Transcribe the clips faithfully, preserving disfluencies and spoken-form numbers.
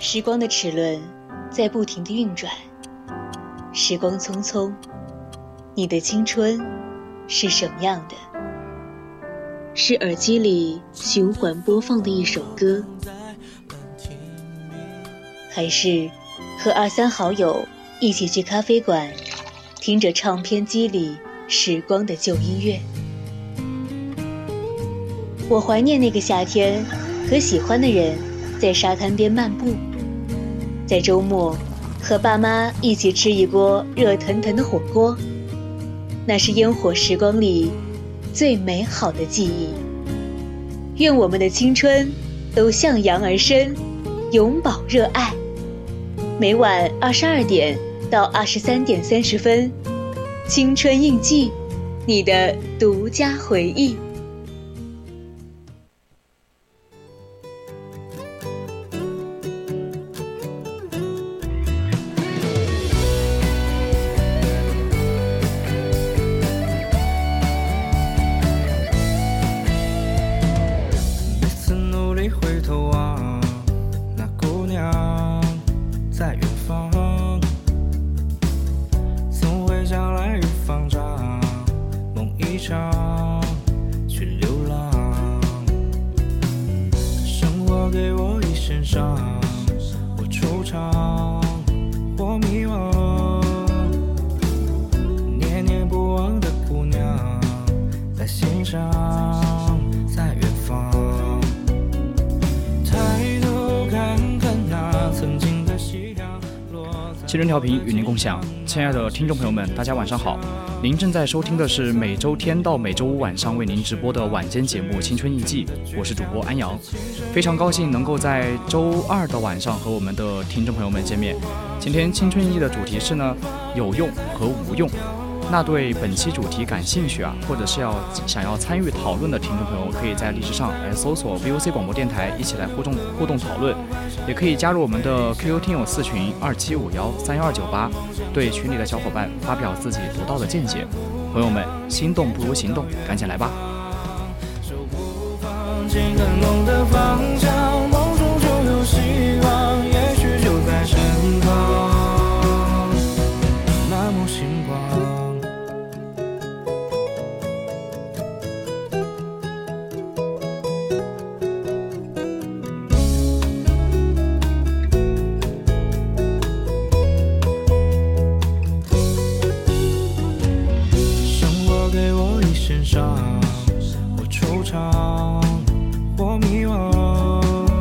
时光的齿轮在不停地运转，时光匆匆，你的青春是什么样的？是耳机里循环播放的一首歌，还是和二三好友一起去咖啡馆，听着唱片机里时光的旧音乐？我怀念那个夏天，和喜欢的人在沙滩边漫步，在周末和爸妈一起吃一锅热腾腾的火锅，那是烟火时光里最美好的记忆。愿我们的青春都向阳而生，永葆热爱。每晚二十二点到二十三点三十分，青春印记，你的独家回忆。 去流浪，生活给我一身伤，我惆怅或迷惘，念念不忘的姑娘在心上，在远方，抬头看看那曾经的夕阳落在青春调频与您共享。亲爱的听众朋友们，大家晚上好，您正在收听的是每周天到每周五晚上为您直播的晚间节目《青春印记》，我是主播安阳，非常高兴能够在周二的晚上和我们的听众朋友们见面。今天《青春印记》的主题是呢，有用和无用。那对本期主题感兴趣啊，或者是要想要参与讨论的听众朋友，可以在荔枝上来搜索 V O C 广播电台，一起来互动互动讨论，也可以加入我们的 Q Q 听友四群二七五幺三幺二九八，对群里的小伙伴发表自己独到的见解。朋友们，心动不如行动，赶紧来吧！ 手不放进更浓的方向，梦中就有希望，也许就在身旁，那抹星光。我惆怅或迷惘，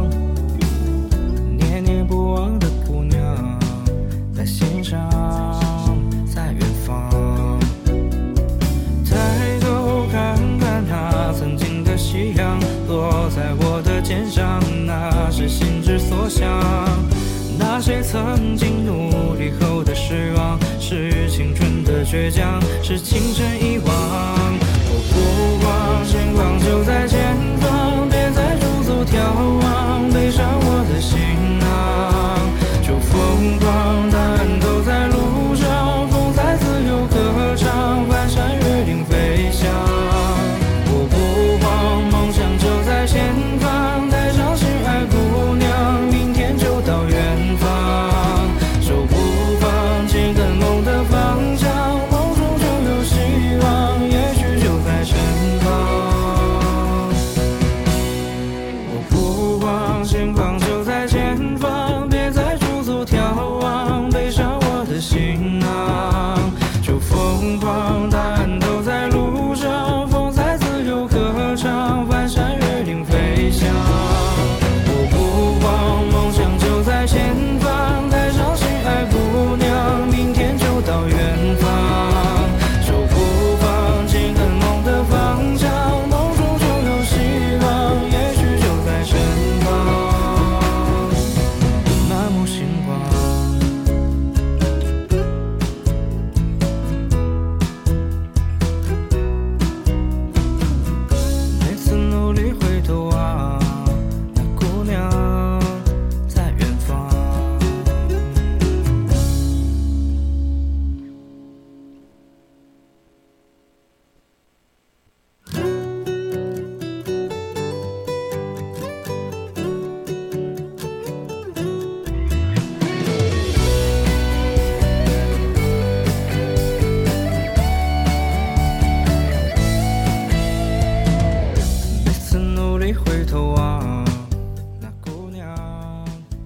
念念不忘的姑娘在心上，在远方，抬头看看那曾经的夕阳落在我的肩上，那是心之所向。那谁曾经努力后的失望，是青春的倔强，是青春遗忘。不光星光就在前方，别再驻足眺望，背上我的行囊就疯狂，答案都在路上，风在自由歌唱，翻山越岭飞翔。我不慌，梦想就在前方，带上心爱姑娘，明天就到远方，手不放进更梦的方向，梦中就有希望，也许就在身旁。我不慌，星光就在前方，别再驻足眺望，背上我的行囊就疯狂，答案都在路上，风在自由歌唱，翻山越岭飞翔。我不慌，梦想就在前方，带上心爱姑娘，明天就到远方，手不放进更梦的方向，梦中就有希望，也许就在身旁。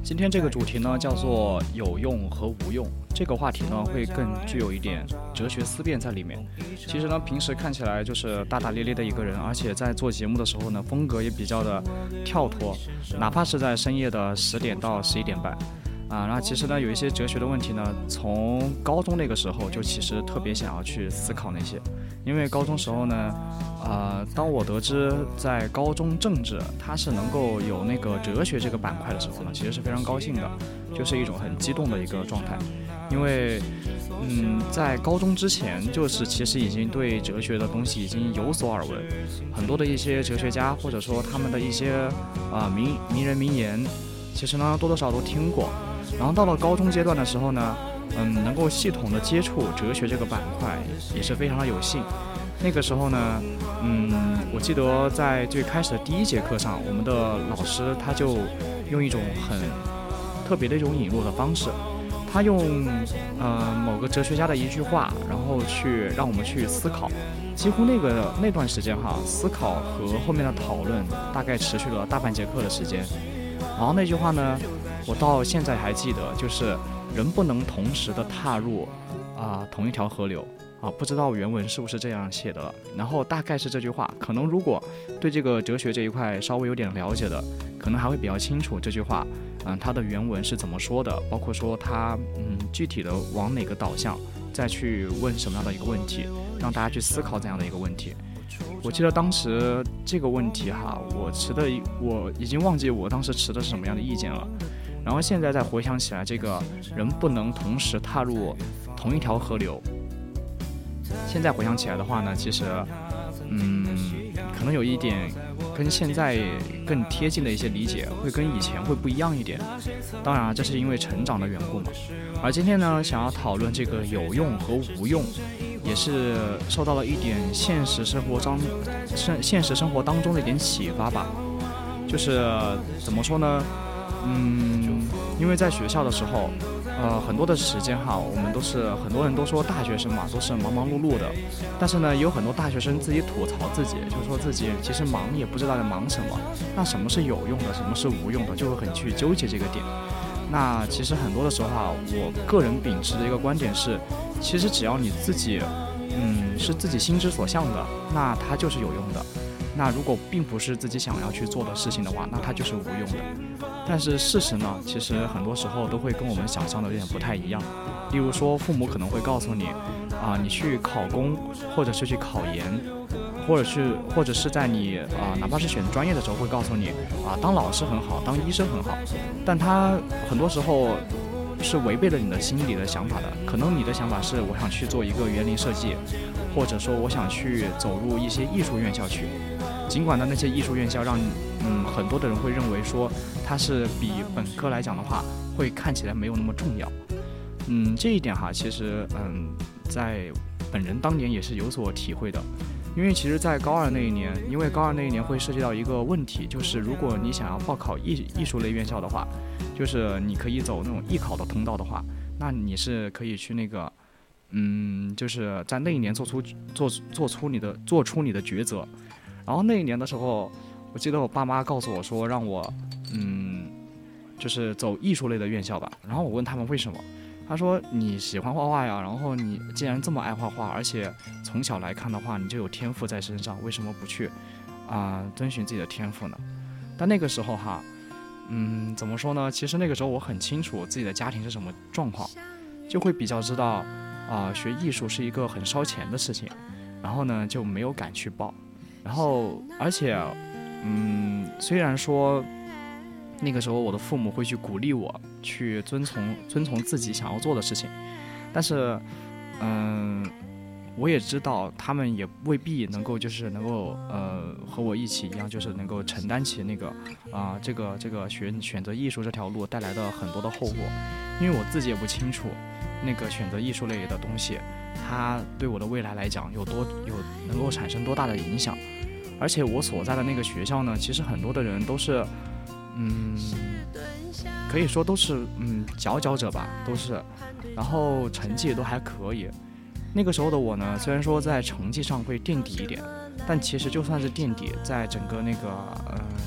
今天这个主题呢叫做有用和无用，这个话题呢会更具有一点哲学思辨在里面。其实呢平时看起来就是大大咧咧的一个人，而且在做节目的时候呢风格也比较的跳脱，哪怕是在深夜的十点到十一点半啊，那其实呢有一些哲学的问题呢，从高中那个时候就其实特别想要去思考那些，因为高中时候呢，呃，当我得知在高中政治它是能够有那个哲学这个板块的时候呢，其实是非常高兴的，就是一种很激动的一个状态，因为嗯，在高中之前就是其实已经对哲学的东西已经有所耳闻，很多的一些哲学家或者说他们的一些啊、呃、名名人名言，其实呢多多少少都听过。然后到了高中阶段的时候呢，嗯，能够系统的接触哲学这个板块也是非常的有幸。那个时候呢，嗯，我记得在最开始的第一节课上，我们的老师他就用一种很特别的一种引入的方式，他用呃某个哲学家的一句话，然后去让我们去思考。几乎那个那段时间哈，思考和后面的讨论大概持续了大半节课的时间。然后那句话呢，我到现在还记得，就是人不能同时的踏入啊、呃、同一条河流啊，不知道原文是不是这样写的，然后大概是这句话，可能如果对这个哲学这一块稍微有点了解的，可能还会比较清楚这句话，嗯，它的原文是怎么说的，包括说它嗯具体的往哪个导向，再去问什么样的一个问题，让大家去思考这样的一个问题。我记得当时这个问题哈，我持的我已经忘记我当时持的是什么样的意见了。然后现在再回想起来，这个人不能同时踏入同一条河流。现在回想起来的话呢，其实，嗯，可能有一点跟现在更贴近的一些理解，会跟以前会不一样一点。当然，这是因为成长的缘故嘛。而今天呢，想要讨论这个有用和无用，也是受到了一点现实生活当现现实生活当中的一点启发吧。就是怎么说呢？嗯，因为在学校的时候，呃，很多的时间哈，我们都是很多人都说大学生嘛，都是忙忙碌碌的。但是呢，也有很多大学生自己吐槽自己，就说自己其实忙也不知道在忙什么。那什么是有用的，什么是无用的，就会很去纠结这个点。那其实很多的时候啊，我个人秉持的一个观点是，其实只要你自己，嗯，是自己心之所向的，那它就是有用的。那如果并不是自己想要去做的事情的话，那它就是无用的。但是事实呢，其实很多时候都会跟我们想象的有点不太一样。例如说，父母可能会告诉你，啊、呃，你去考公，或者是去考研，或者是或者是在你啊、呃，哪怕是选专业的时候，会告诉你，啊、呃，当老师很好，当医生很好。但他很多时候是违背了你的心里的想法的。可能你的想法是，我想去做一个园林设计，或者说我想去走入一些艺术院校去。尽管呢，那些艺术院校让嗯很多的人会认为说它是比本科来讲的话，会看起来没有那么重要。嗯，这一点哈，其实嗯在本人当年也是有所体会的。因为其实，在高二那一年，因为高二那一年会涉及到一个问题，就是如果你想要报考艺艺术类院校的话，就是你可以走那种艺考的通道的话，那你是可以去那个，嗯，就是在那一年做出做做出你的做出你的抉择。然后那一年的时候，我记得我爸妈告诉我说，让我，嗯，就是走艺术类的院校吧。然后我问他们为什么，他说你喜欢画画呀，然后你既然这么爱画画，而且从小来看的话，你就有天赋在身上，为什么不去啊、呃、遵循自己的天赋呢？但那个时候哈，嗯，怎么说呢？其实那个时候我很清楚自己的家庭是什么状况，就会比较知道啊、呃，学艺术是一个很烧钱的事情，然后呢就没有敢去报。然后，而且，嗯，虽然说那个时候我的父母会去鼓励我去遵从遵从自己想要做的事情，但是，嗯，我也知道他们也未必能够就是能够呃和我一起一样，就是能够承担起那个啊、呃、这个这个选选择艺术这条路带来的很多的后果，因为我自己也不清楚那个选择艺术类的东西，它对我的未来来讲有多有能够产生多大的影响。而且我所在的那个学校呢，其实很多的人都是，嗯，可以说都是嗯佼佼者吧，都是，然后成绩也都还可以。那个时候的我呢，虽然说在成绩上会垫底一点，但其实就算是垫底，在整个那个呃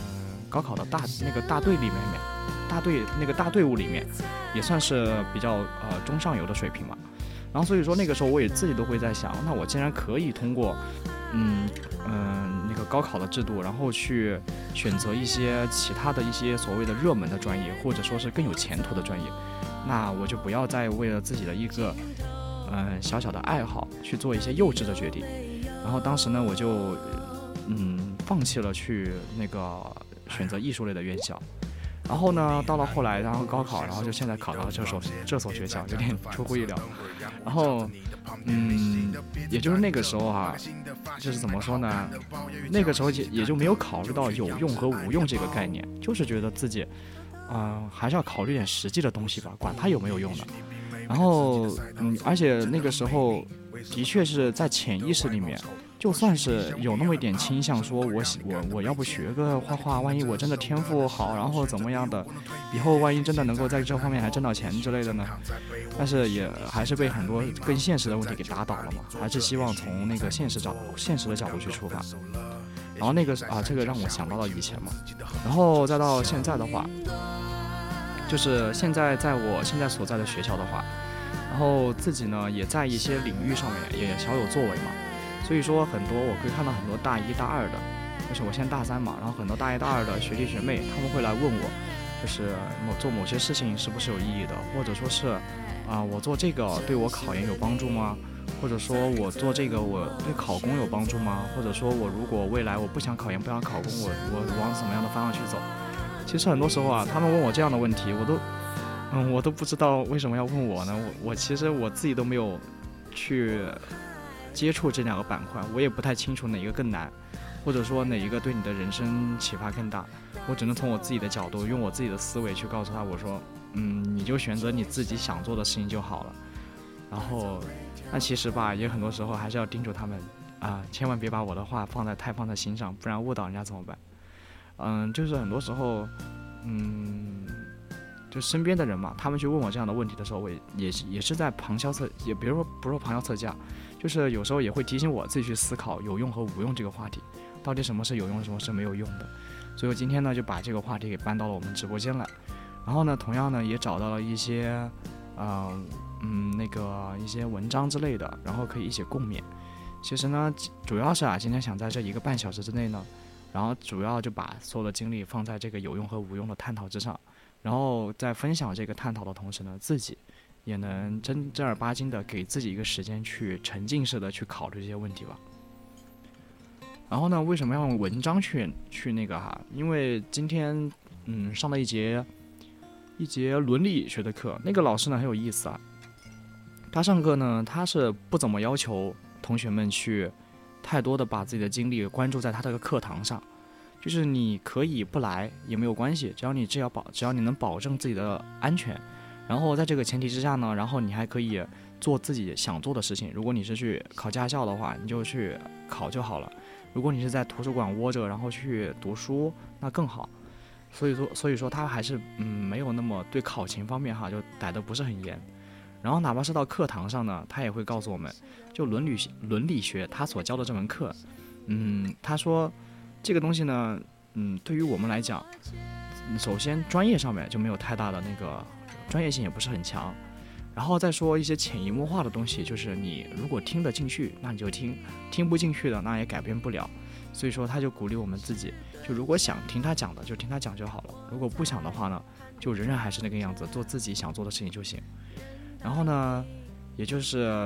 高考的大那个大队里面面，大队那个大队伍里面，也算是比较呃中上游的水平嘛。然后所以说那个时候我也自己都会在想，那我既然可以通过嗯嗯、呃、那个高考的制度，然后去选择一些其他的一些所谓的热门的专业，或者说是更有前途的专业，那我就不要再为了自己的一个嗯、呃、小小的爱好去做一些幼稚的决定。然后当时呢，我就嗯放弃了去那个选择艺术类的院校。然后呢，到了后来，然后高考，然后就现在考到了这所这所学校，有点出乎意料。然后，嗯，也就是那个时候啊，就是怎么说呢？那个时候也也就没有考虑到有用和无用这个概念，就是觉得自己，嗯、呃，还是要考虑点实际的东西吧，管它有没有用的。然后，嗯，而且那个时候的确是在潜意识里面。就算是有那么一点倾向，说我我我要不学个画画，万一我真的天赋好，然后怎么样的，以后万一真的能够在这方面还挣到钱之类的呢？但是也还是被很多更现实的问题给打倒了嘛，还是希望从那个现实角现实的角度去出发。然后那个啊，这个让我想到了以前嘛，然后再到现在的话，就是现在在我现在所在的学校的话，然后自己呢也在一些领域上面也小有作为嘛。所以说很多我可以看到很多大一大二的，就是我现在大三嘛，然后很多大一大二的学弟学妹他们会来问我，就是某做某些事情是不是有意义的，或者说是啊、呃、我做这个对我考研有帮助吗？或者说我做这个我对考公有帮助吗？或者说我如果未来我不想考研不想考公，我我往什么样的方向去走？其实很多时候啊，他们问我这样的问题，我都嗯我都不知道为什么要问我呢？我我其实我自己都没有去接触这两个板块，我也不太清楚哪一个更难，或者说哪一个对你的人生启发更大。我只能从我自己的角度，用我自己的思维去告诉他，我说嗯你就选择你自己想做的事情就好了。然后那其实吧，也很多时候还是要叮嘱他们啊、呃，千万别把我的话放在太放在心上，不然误导人家怎么办？嗯，就是很多时候嗯就身边的人嘛，他们去问我这样的问题的时候，我也也是也是在旁敲侧，也比如说不是说旁敲侧击，就是有时候也会提醒我自己去思考有用和无用这个话题，到底什么是有用，什么是没有用的。所以我今天呢就把这个话题给搬到了我们直播间来，然后呢同样呢也找到了一些呃嗯那个一些文章之类的，然后可以一起共勉。其实呢主要是啊今天想在这一个半小时之内呢，然后主要就把所有的精力放在这个有用和无用的探讨之上。然后在分享这个探讨的同时呢，自己也能真正儿八经的给自己一个时间去沉浸式的去考虑这些问题吧。然后呢，为什么要用文章去去那个哈？因为今天嗯上了一节一节伦理学的课，那个老师呢很有意思啊。他上课呢，他是不怎么要求同学们去太多的把自己的精力关注在他这个课堂上。就是你可以不来也没有关系，只要你只要保只要你能保证自己的安全，然后在这个前提之下呢，然后你还可以做自己想做的事情。如果你是去考驾校的话，你就去考就好了；如果你是在图书馆窝着然后去读书，那更好。所以说，所以说他还是嗯没有那么对考勤方面哈就逮得不是很严。然后哪怕是到课堂上呢，他也会告诉我们，就伦理伦理学他所教的这门课，嗯，他说。这个东西呢，嗯，对于我们来讲，首先专业上面就没有太大的那个专业性，也不是很强。然后再说一些潜移默化的东西，就是你如果听得进去，那你就听；听不进去的，那也改变不了。所以说，他就鼓励我们自己，就如果想听他讲的，就听他讲就好了；如果不想的话呢，就仍然还是那个样子，做自己想做的事情就行。然后呢，也就是，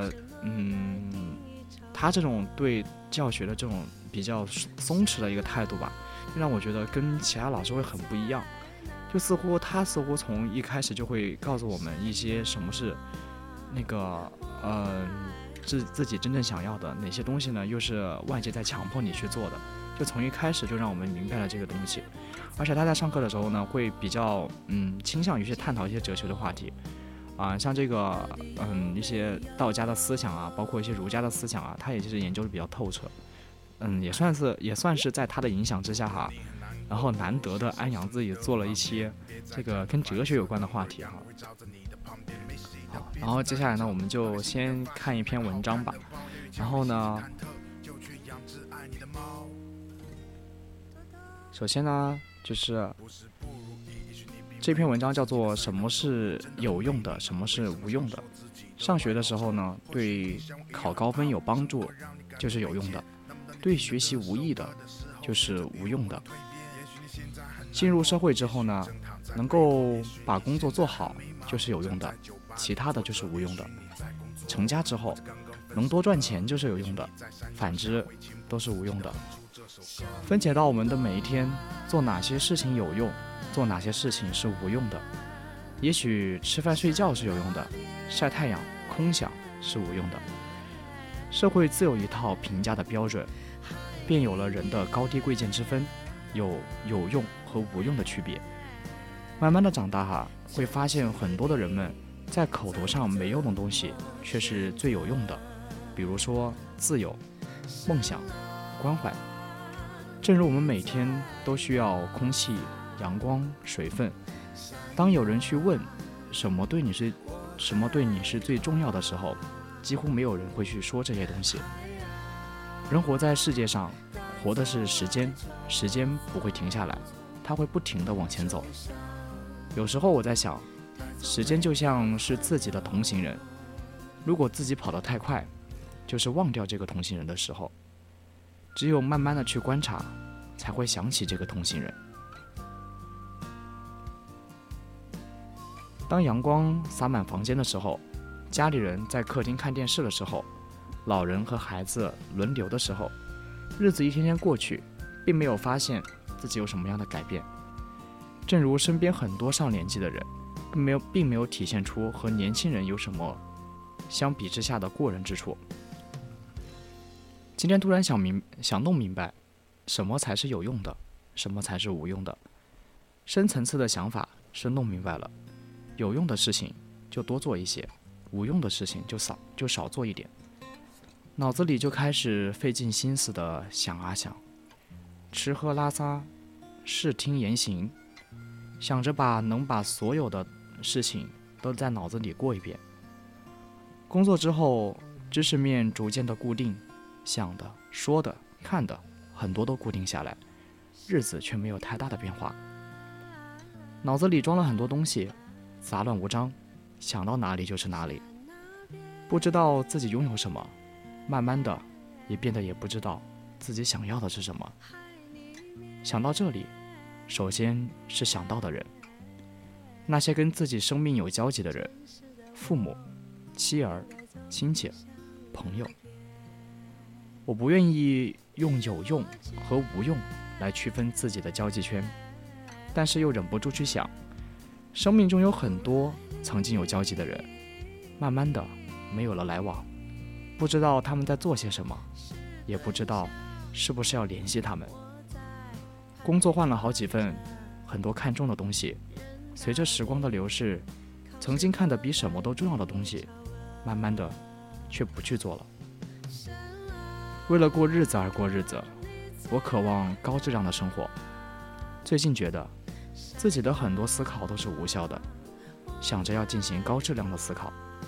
嗯，他这种对教学的这种比较松弛的一个态度吧，就让我觉得跟其他老师会很不一样。就似乎他似乎从一开始就会告诉我们一些什么是那个呃自自己真正想要的，哪些东西呢又是外界在强迫你去做的，就从一开始就让我们明白了这个东西。而且他在上课的时候呢，会比较嗯倾向于去探讨一些哲学的话题啊、呃，像这个嗯一些道家的思想啊，包括一些儒家的思想啊，他也就是研究的比较透彻。嗯，也算是也算是在他的影响之下哈，然后难得的安阳自己做了一些这个跟哲学有关的话题哈。好，然后接下来呢，我们就先看一篇文章吧。然后呢，首先呢， 就是这篇文章叫做什么是有用的，什么是无用的。上学的时候呢，对考高分有帮助就是有用的，对学习无益的就是无用的。进入社会之后呢，能够把工作做好就是有用的，其他的就是无用的。成家之后能多赚钱就是有用的，反之都是无用的。分解到我们的每一天，做哪些事情有用，做哪些事情是无用的。也许吃饭睡觉是有用的，晒太阳空想是无用的。社会自有一套评价的标准，便有了人的高低贵贱之分，有有用和无用的区别。慢慢的长大哈，会发现很多的人们在口头上没用的东西却是最有用的，比如说自由、梦想、关怀。正如我们每天都需要空气、阳光、水分，当有人去问什么对你是什么对你是最重要的时候，几乎没有人会去说这些东西。人活在世界上，活的是时间，时间不会停下来，它会不停地往前走。有时候我在想，时间就像是自己的同行人，如果自己跑得太快，就是忘掉这个同行人的时候。只有慢慢的去观察，才会想起这个同行人。当阳光洒满房间的时候，家里人在客厅看电视的时候，老人和孩子轮流的时候，日子一天天过去，并没有发现自己有什么样的改变。正如身边很多上年纪的人，并没有并没有体现出和年轻人有什么相比之下的过人之处。今天突然想明想弄明白，什么才是有用的，什么才是无用的。深层次的想法是弄明白了，有用的事情就多做一些，无用的事情就少就少做一点。脑子里就开始费尽心思的想啊想，吃喝拉撒，视听言行，想着把能把所有的事情都在脑子里过一遍。工作之后，知识面逐渐的固定，想的、说的、看的很多都固定下来，日子却没有太大的变化。脑子里装了很多东西，杂乱无章，想到哪里就是哪里，不知道自己拥有什么，慢慢的也变得也不知道自己想要的是什么。想到这里，首先是想到的人，那些跟自己生命有交集的人，父母、妻儿、亲戚、朋友。我不愿意用有用和无用来区分自己的交际圈，但是又忍不住去想，生命中有很多曾经有交集的人，慢慢的没有了来往，不知道他们在做些什么，也不知道是不是要联系他们。工作换了好几份，很多看重的东西，随着时光的流逝，曾经看得比什么都重要的东西，慢慢的却不去做了。为了过日子而过日子，我渴望高质量的生活。最近觉得自己的很多思考都是无效的，想着要进行高质量的思考。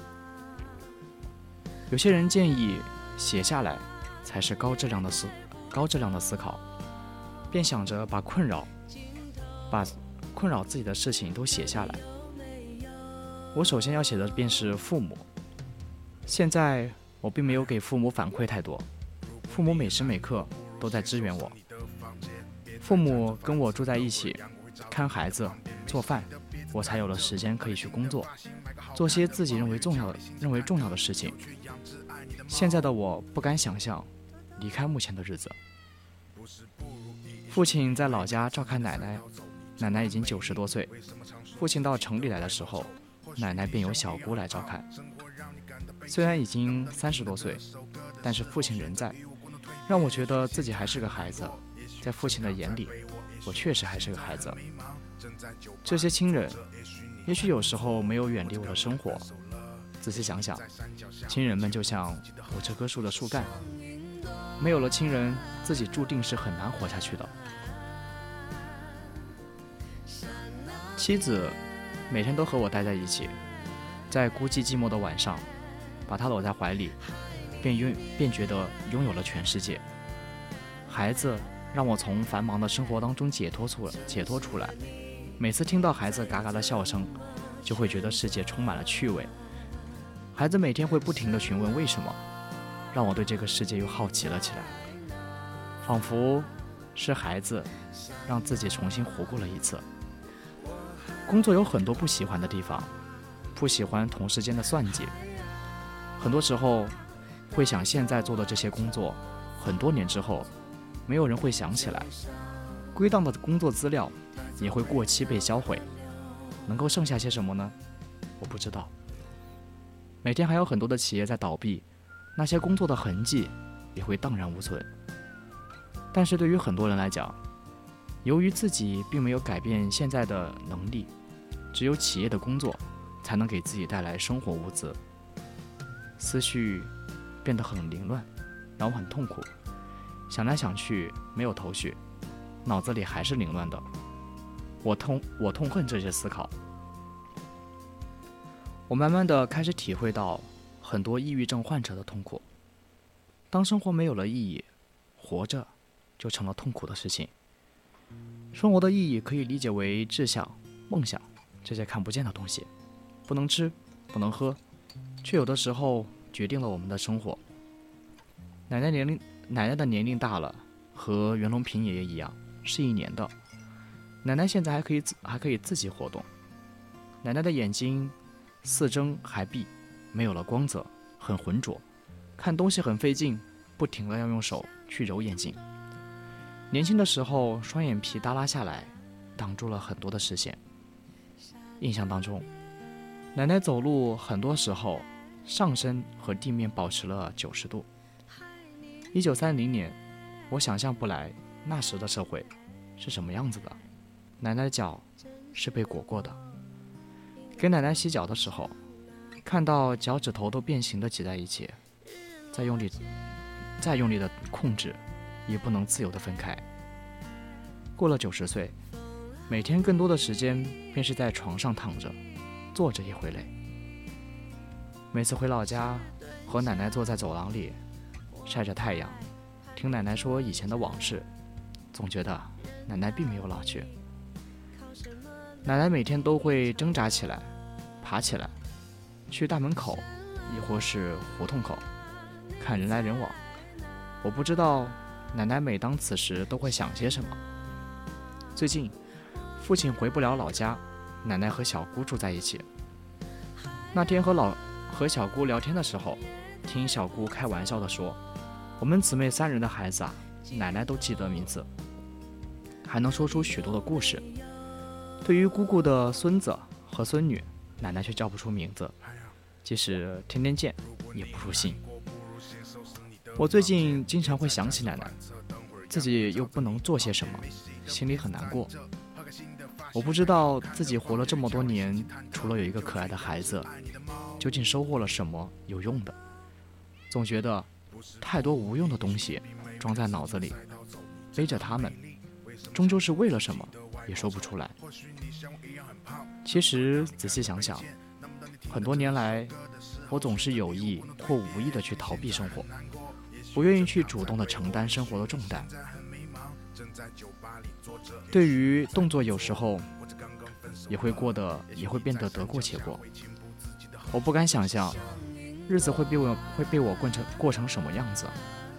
有些人建议写下来才是高质量的思高质量的思考，便想着把困扰把困扰自己的事情都写下来。我首先要写的便是父母。现在我并没有给父母反馈太多，父母每时每刻都在支援我。父母跟我住在一起，看孩子、做饭，我才有了时间可以去工作，做些自己认为重要的、认为重要的事情。现在的我不敢想象离开目前的日子。父亲在老家照看奶奶，奶奶已经九十多岁。父亲到城里来的时候，奶奶便由小姑来照看。虽然已经三十多岁，但是父亲仍在，让我觉得自己还是个孩子。在父亲的眼里，我确实还是个孩子。这些亲人也许有时候没有远离我的生活，仔细想想，亲人们就像我这棵树的树干，没有了亲人，自己注定是很难活下去的。妻子每天都和我待在一起，在孤寂寂寞的晚上，把她搂在怀里，便拥便觉得拥有了全世界。孩子让我从繁忙的生活当中解脱出解脱出来。每次听到孩子嘎嘎的笑声，就会觉得世界充满了趣味。孩子每天会不停地询问为什么，让我对这个世界又好奇了起来，仿佛是孩子让自己重新活过了一次。工作有很多不喜欢的地方，不喜欢同事间的算计，很多时候会想现在做的这些工作，很多年之后没有人会想起来，归档的工作资料也会过期被销毁，能够剩下些什么呢？我不知道。每天还有很多的企业在倒闭，那些工作的痕迹也会荡然无存。但是对于很多人来讲，由于自己并没有改变现在的能力，只有企业的工作才能给自己带来生活物资，思绪变得很凌乱，然后很痛苦，想来想去没有头绪，脑子里还是凌乱的。我痛我痛恨这些思考。我慢慢的开始体会到很多抑郁症患者的痛苦。当生活没有了意义，活着就成了痛苦的事情。生活的意义可以理解为志向、梦想这些看不见的东西，不能吃，不能喝，却有的时候决定了我们的生活。奶奶年龄奶奶的年龄大了，和袁隆平爷爷一样，是一年的。奶奶现在还可以还可以自己活动。奶奶的眼睛似睁还闭，没有了光泽，很浑浊，看东西很费劲，不停地要用手去揉眼睛。年轻的时候双眼皮耷拉下来，挡住了很多的视线。印象当中，奶奶走路很多时候上身和地面保持了九十度。一九三零年，我想象不来那时的社会是什么样子的。奶奶的脚是被裹过的，给奶奶洗脚的时候，看到脚趾头都变形的挤在一起，再用力再用力的控制，也不能自由的分开。过了九十岁，每天更多的时间便是在床上躺着，坐着也会累。每次回老家，和奶奶坐在走廊里晒着太阳，听奶奶说以前的往事，总觉得奶奶并没有老去。奶奶每天都会挣扎起来，爬起来，去大门口，亦或是胡同口，看人来人往。我不知道奶奶每当此时都会想些什么。最近，父亲回不了老家，奶奶和小姑住在一起。那天和老和小姑聊天的时候，听小姑开玩笑地说：“我们姊妹三人的孩子啊，奶奶都记得名字，还能说出许多的故事。对于姑姑的孙子和孙女，奶奶却叫不出名字，即使天天见，也不入心。我最近经常会想起奶奶，自己又不能做些什么，心里很难过。我不知道自己活了这么多年，除了有一个可爱的孩子，究竟收获了什么有用的？总觉得太多无用的东西装在脑子里，背着他们，终究是为了什么，也说不出来。其实仔细想想，很多年来，我总是有意或无意的去逃避生活，不愿意去主动的承担生活的重担。对于动作，有时候也会过得也会变得得过且过。我不敢想象日子会被我会被我过成过成什么样子，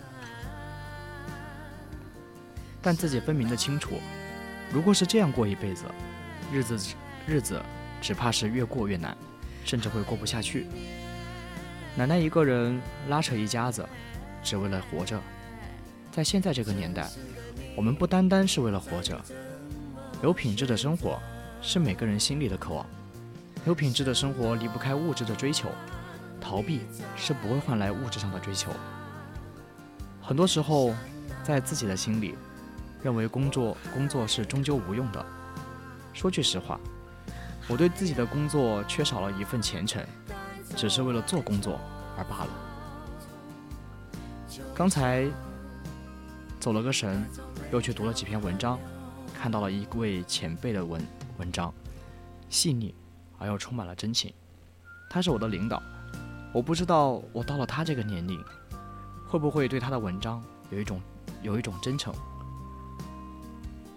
但自己分明的清楚，如果是这样过一辈子，日子日子只怕是越过越难，甚至会过不下去。奶奶一个人拉扯一家子，只为了活着。在现在这个年代，我们不单单是为了活着，有品质的生活是每个人心里的渴望。有品质的生活离不开物质的追求，逃避是不会换来物质上的追求。很多时候，在自己的心里，认为工作工作是终究无用的。说句实话，我对自己的工作缺少了一份虔诚，只是为了做工作而罢了。刚才走了个神，又去读了几篇文章，看到了一位前辈的文文章，细腻而又充满了真情。他是我的领导，我不知道我到了他这个年龄，会不会对他的文章有一种有一种真诚。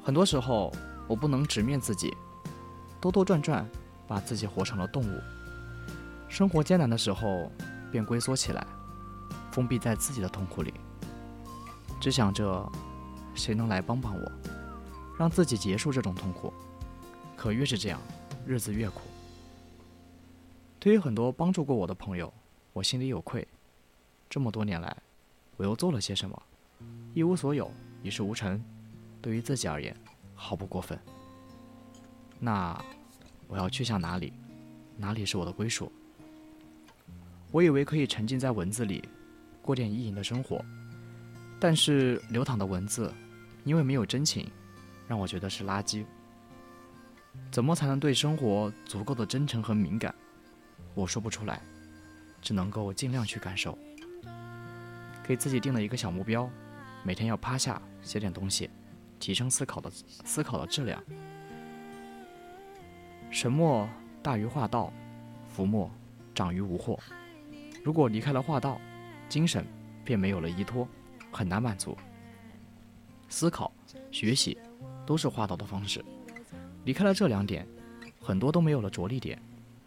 很多时候我不能直面自己，兜兜转转把自己活成了动物。生活艰难的时候便龟缩起来，封闭在自己的痛苦里，只想着谁能来帮帮我，让自己结束这种痛苦。可越是这样，日子越苦。对于很多帮助过我的朋友，我心里有愧。这么多年来，我又做了些什么？一无所有，一事无成，对于自己而言，毫不过分。那我要去向哪里？哪里是我的归属？我以为可以沉浸在文字里，过点意淫的生活，但是流淌的文字，因为没有真情，让我觉得是垃圾。怎么才能对生活足够的真诚和敏感？我说不出来，只能够尽量去感受。给自己定了一个小目标，每天要趴下写点东西，提升思考的思考的质量。神墨大于画道，浮墨长于无惑。如果离开了画道，精神便没有了依托，很难满足。思考、学习都是画道的方式，离开了这两点，很多都没有了着力点。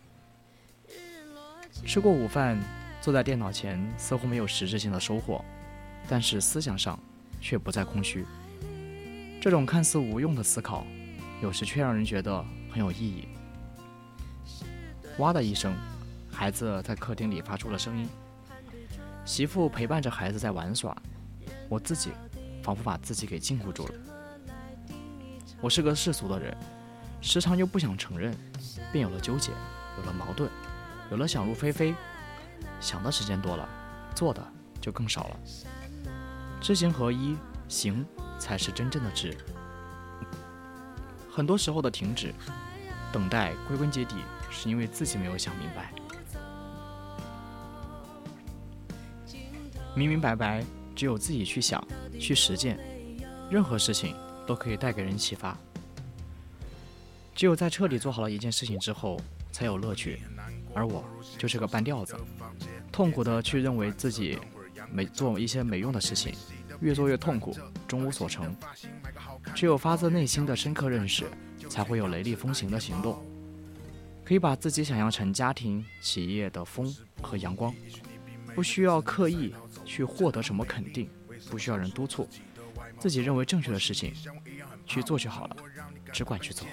吃过午饭，坐在电脑前，似乎没有实质性的收获，但是思想上却不再空虚。这种看似无用的思考，有时却让人觉得很有意义。哇的一声，孩子在客厅里发出了声音，媳妇陪伴着孩子在玩耍，我自己仿佛把自己给禁锢住了。我是个世俗的人，时常又不想承认，便有了纠结，有了矛盾，有了想入非非。想的时间多了，做的就更少了。知行合一，行才是真正的知。很多时候的停止等待，归根结底是因为自己没有想明白。明明白白，只有自己去想，去实践，任何事情都可以带给人启发。只有在彻底做好了一件事情之后，才有乐趣。而我就是个半吊子，痛苦的去认为自己没做一些没用的事情，越做越痛苦，终无所成。只有发自内心的深刻认识，才会有雷厉风行的行动。可以把自己想象成家庭、企业的风和阳光，不需要刻意去获得什么肯定，不需要人督促，自己认为正确的事情去做就好了，只管去做。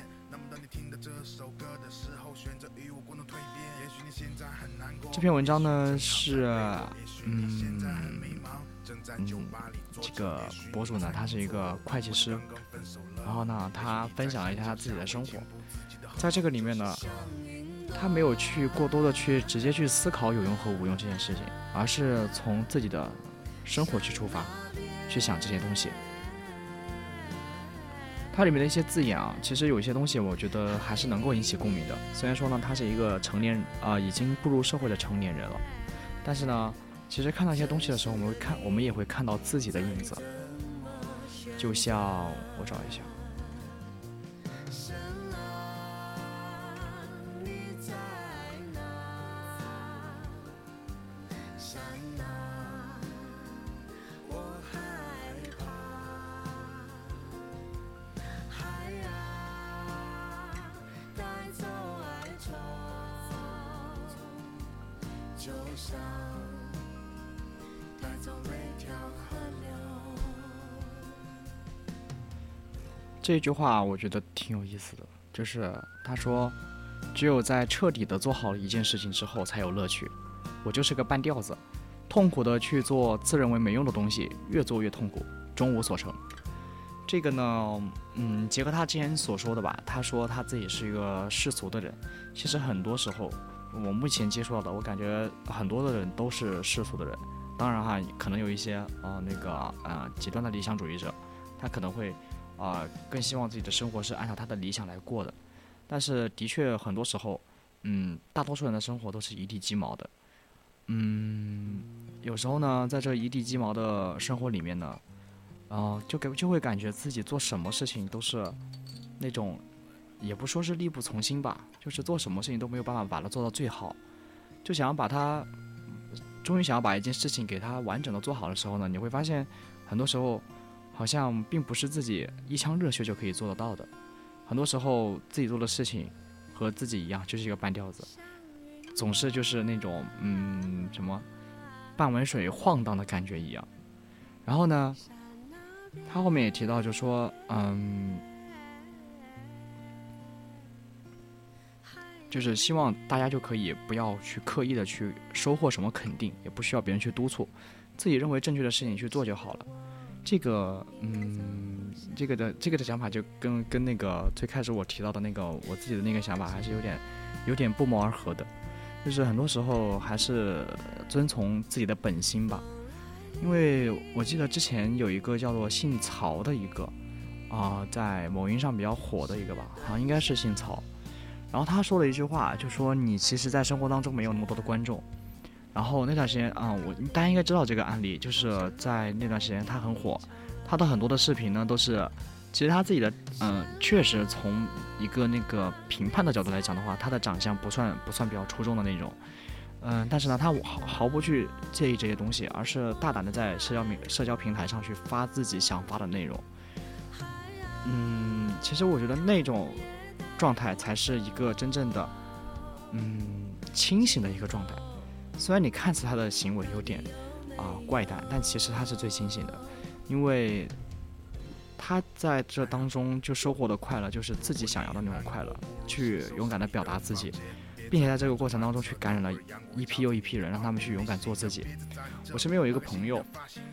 这篇文章呢是嗯嗯这个博主呢他是一个会计师，然后呢他分享了一下他自己的生活。在这个里面呢，他没有去过多的去直接去思考有用和无用这件事情，而是从自己的生活去出发，去想这些东西。它里面的一些字眼啊，其实有一些东西我觉得还是能够引起共鸣的。虽然说呢，他是一个成年啊、呃，已经步入社会的成年人了，但是呢，其实看到一些东西的时候，我们会看，我们也会看到自己的影子。就像我找一下。就像带走每条河流。这一句话我觉得挺有意思的，就是他说只有在彻底的做好一件事情之后才有乐趣。我就是个半吊子，痛苦的去做自认为没用的东西，越做越痛苦，终无所成。这个呢嗯，结合他之前所说的吧，他说他自己是一个世俗的人，其实很多时候我目前接触到的，我感觉很多的人都是世俗的人。当然哈，可能有一些呃那个呃极端的理想主义者，他可能会呃更希望自己的生活是按照他的理想来过的。但是的确很多时候，嗯，大多数人的生活都是一地鸡毛的。嗯，有时候呢，在这一地鸡毛的生活里面呢，呃，就给就会感觉自己做什么事情都是那种。也不说是力不从心吧，就是做什么事情都没有办法把它做到最好，就想要把它，终于想要把一件事情给它完整的做好的时候呢，你会发现，很多时候， 好像并不是自己一腔热血就可以做得到的。很多时候自己做的事情和自己一样，就是一个半吊子，总是就是那种嗯什么半碗水晃荡的感觉一样。然后呢，他后面也提到，就说嗯，就是希望大家就可以不要去刻意的去收获什么肯定，也不需要别人去督促，自己认为正确的事情去做就好了。这个嗯，这个的这个的想法就跟跟那个最开始我提到的那个我自己的那个想法还是有点有点不谋而合的，就是很多时候还是遵从自己的本心吧。因为我记得之前有一个叫做姓曹的一个啊、呃，在某音上比较火的一个吧，好像应该是姓曹。然后他说了一句话，就说你其实在生活当中没有那么多的观众。然后那段时间啊、嗯，我大家应该知道这个案例，就是在那段时间他很火，他的很多的视频呢都是，其实他自己的嗯，确实从一个那个评判的角度来讲的话，他的长相不算不算比较出众的那种，嗯，但是呢，他毫毫不去介意这些东西，而是大胆的在社交社交平台上去发自己想发的内容。嗯，其实我觉得那种状态才是一个真正的嗯清醒的一个状态。虽然你看似他的行为有点啊、呃、怪诞，但其实他是最清醒的，因为他在这当中就收获的快乐就是自己想要的那种快乐，去勇敢的表达自己，并且在这个过程当中去感染了一批又一批人，让他们去勇敢做自己。我身边有一个朋友，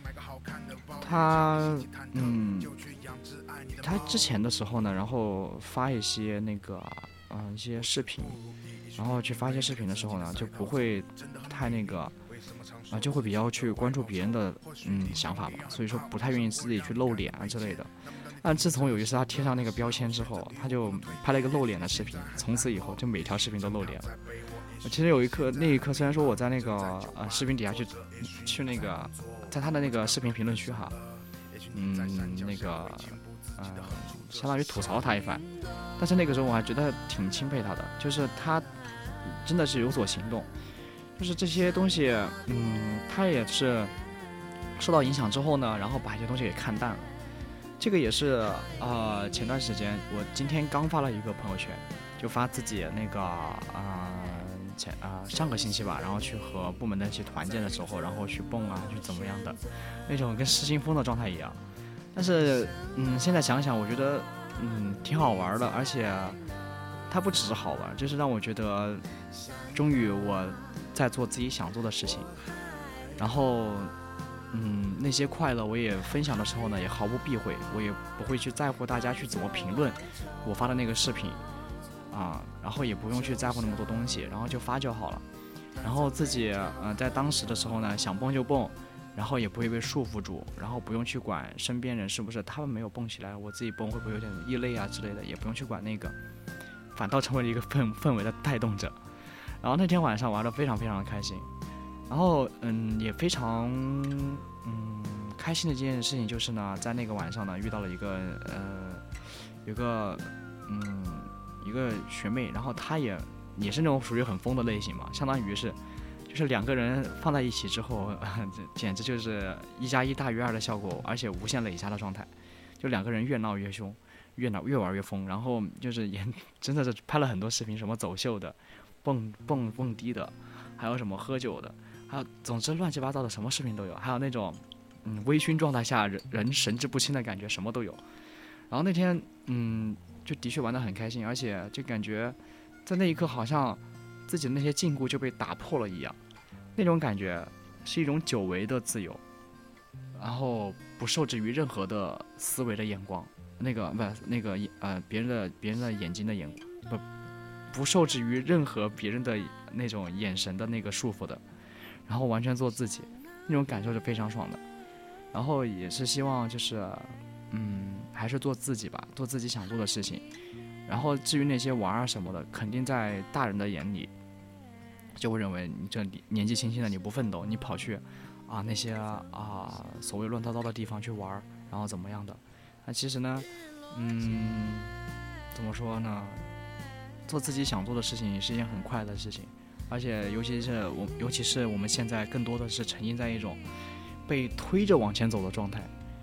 他嗯，他之前的时候呢，然后发一些那个嗯、呃、一些视频。然后去发一些视频的时候呢，就不会太那个，啊、呃，就会比较去关注别人的嗯想法吧，所以说不太愿意自己去露脸啊之类的。但自从有一次他贴上那个标签之后，他就拍了一个露脸的视频，从此以后就每条视频都露脸了。其实有一刻，那一刻虽然说我在那个呃视频底下去去那个，在他的那个视频评论区哈，嗯那个呃相当于吐槽他一番，但是那个时候我还觉得挺钦佩他的，就是他真的是有所行动，就是这些东西，嗯，他也是受到影响之后呢，然后把一些东西给看淡了。这个也是呃前段时间我今天刚发了一个朋友圈，就发自己那个呃前啊、呃、上个星期吧，然后去和部门的一起团建的时候，然后去蹦啊，去怎么样的那种跟失心疯的状态一样。但是嗯现在想想，我觉得嗯挺好玩的，而且它不只是好玩，就是让我觉得终于我在做自己想做的事情，然后嗯那些快乐我也分享的时候呢，也毫不避讳，我也不会去在乎大家去怎么评论我发的那个视频啊，然后也不用去在乎那么多东西，然后就发就好了。然后自己呃在当时的时候呢，想蹦就蹦，然后也不会被束缚住，然后不用去管身边人是不是他们没有蹦起来，我自己蹦会不会有点异类啊之类的，也不用去管那个，反倒成为了一个氛氛围的带动者。然后那天晚上玩得非常非常的开心，然后嗯也非常嗯开心的一件事情就是呢，在那个晚上呢遇到了一个呃有个嗯一个学妹，然后她也也是那种属于很疯的类型嘛，相当于是就是两个人放在一起之后，简直就是一加一大于二的效果，而且无限累加的状态，就两个人越闹越凶，越闹越玩越疯，然后就是也真的是拍了很多视频，什么走秀的，蹦蹦蹦迪的，还有什么喝酒的，还有总之乱七八糟的什么视频都有，还有那种嗯微醺状态下人人神志不清的感觉，什么都有。然后那天嗯就的确玩得很开心，而且就感觉在那一刻好像自己的那些禁锢就被打破了一样，那种感觉是一种久违的自由，然后不受制于任何的思维的眼光，那个不那个呃别人的别人的眼睛的眼不不受制于任何别人的那种眼神的那个束缚的，然后完全做自己，那种感受是非常爽的。然后也是希望就是嗯还是做自己吧，做自己想做的事情。然后至于那些玩啊什么的，肯定在大人的眼里就会认为你这年纪轻轻的你不奋斗，你跑去啊那些啊所谓乱糟糟的地方去玩，然后怎么样的。那其实呢嗯怎么说呢，做自己想做的事情是一件很快乐的事情，而且尤其是我尤其是我们现在更多的是沉浸在一种被推着往前走的状态，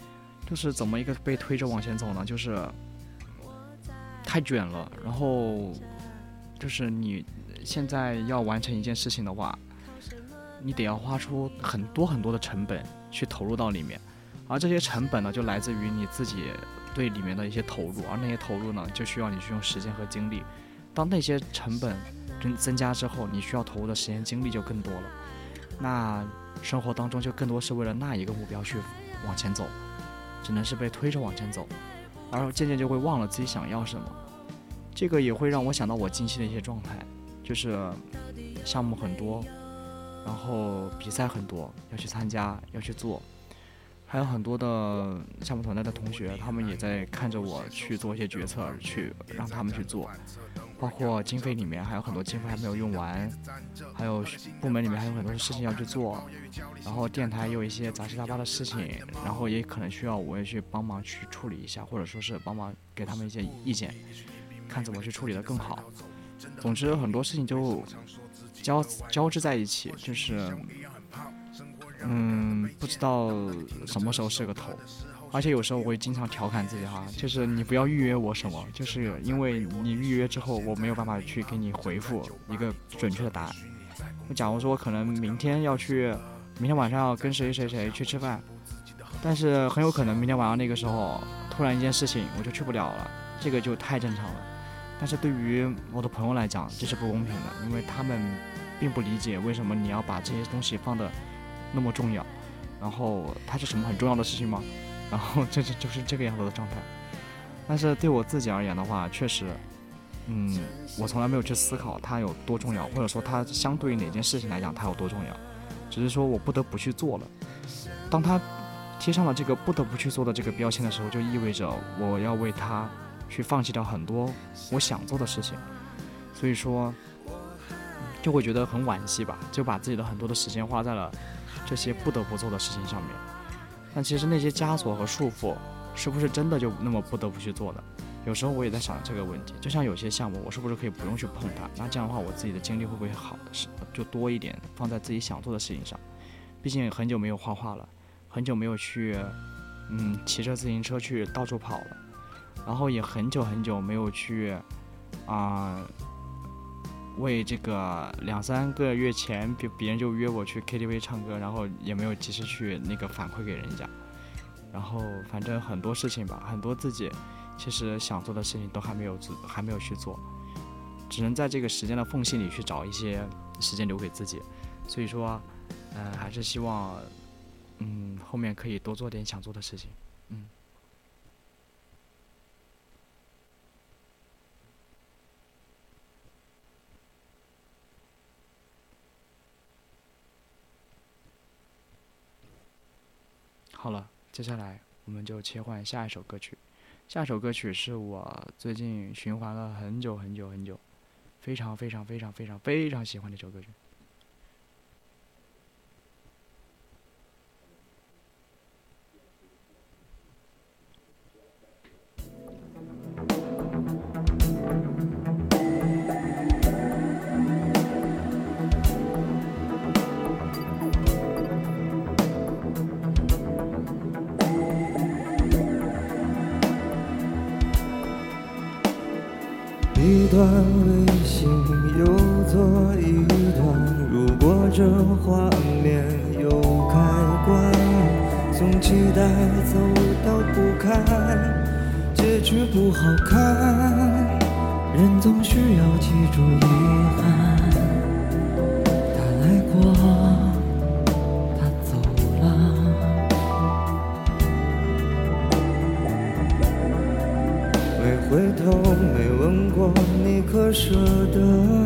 就是怎么一个被推着往前走呢？就是太卷了，然后就是你现在要完成一件事情的话，你得要花出很多很多的成本去投入到里面，而这些成本呢，就来自于你自己对里面的一些投入，而那些投入呢，就需要你去用时间和精力。当那些成本增加之后，你需要投入的时间精力就更多了。那生活当中就更多是为了那一个目标去往前走，只能是被推着往前走，而渐渐就会忘了自己想要什么。这个也会让我想到我近期的一些状态，就是项目很多，然后比赛很多，要去参加，要去做，还有很多的项目团队的同学，他们也在看着我去做一些决策，去让他们去做。包括经费里面还有很多经费还没有用完，还有部门里面还有很多事情要去做，然后电台也有一些杂七杂八的事情，然后也可能需要我也去帮忙去处理一下，或者说是帮忙给他们一些意见，看怎么去处理得更好。总之很多事情就交交织在一起，就是嗯不知道什么时候是个头。而且有时候我会经常调侃自己哈，就是你不要预约我什么，就是因为你预约之后我没有办法去给你回复一个准确的答案。假如说我可能明天要去，明天晚上要跟谁谁谁去吃饭，但是很有可能明天晚上那个时候突然一件事情我就去不了了，这个就太正常了。但是对于我的朋友来讲这是不公平的，因为他们并不理解为什么你要把这些东西放得那么重要，然后它是什么很重要的事情吗？然后这就是这个样子的状态。但是对我自己而言的话，确实嗯，我从来没有去思考它有多重要，或者说它相对于哪件事情来讲它有多重要，只是说我不得不去做了。当它贴上了这个不得不去做的这个标签的时候，就意味着我要为它去放弃掉很多我想做的事情，所以说就会觉得很惋惜吧，就把自己的很多的时间花在了这些不得不做的事情上面。但其实那些枷锁和束缚是不是真的就那么不得不去做的？有时候我也在想这个问题，就像有些项目我是不是可以不用去碰它，那这样的话我自己的精力会不会好的就多一点放在自己想做的事情上。毕竟很久没有画画了，很久没有去嗯骑着自行车去到处跑了，然后也很久很久没有去啊、呃、为这个两三个月前别别人就约我去 K T V 唱歌，然后也没有及时去那个反馈给人家，然后反正很多事情吧，很多自己其实想做的事情都还没有还没有去做，只能在这个时间的缝隙里去找一些时间留给自己。所以说呃还是希望嗯后面可以多做点想做的事情。嗯好了，接下来我们就切换下一首歌曲。下一首歌曲是我最近循环了很久很久很久，非常非常非常非常非常喜欢的一首歌曲。 一段微信又做一段，如果这画面有开关，从期待走到不堪，结局不好看，人总需要记住遗憾。他来过，他走了，没回头，没问过你可舍得。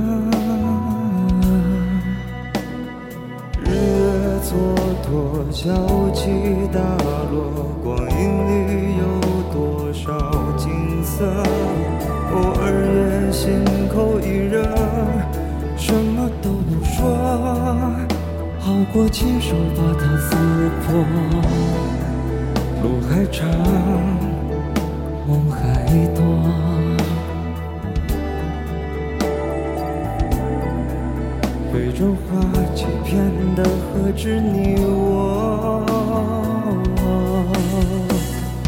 日月蹉跎，潮起大落，光阴里有多少景色？偶尔也心口一热，什么都不说，好过亲手把它撕破。路还长，梦还多，被这花欺骗的何止你我？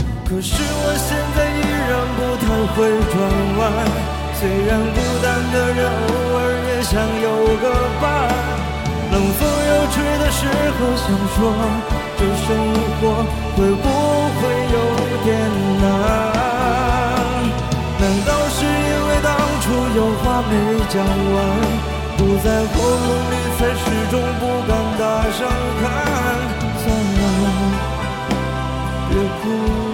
是我现在依然不太会转弯，虽然孤单的人偶尔也想有个伴，冷风又吹的时候想说，这生活会不会有点难？难道是因为当初有话没讲完，堵在喉咙里才始终不敢大声喊？算了，别哭。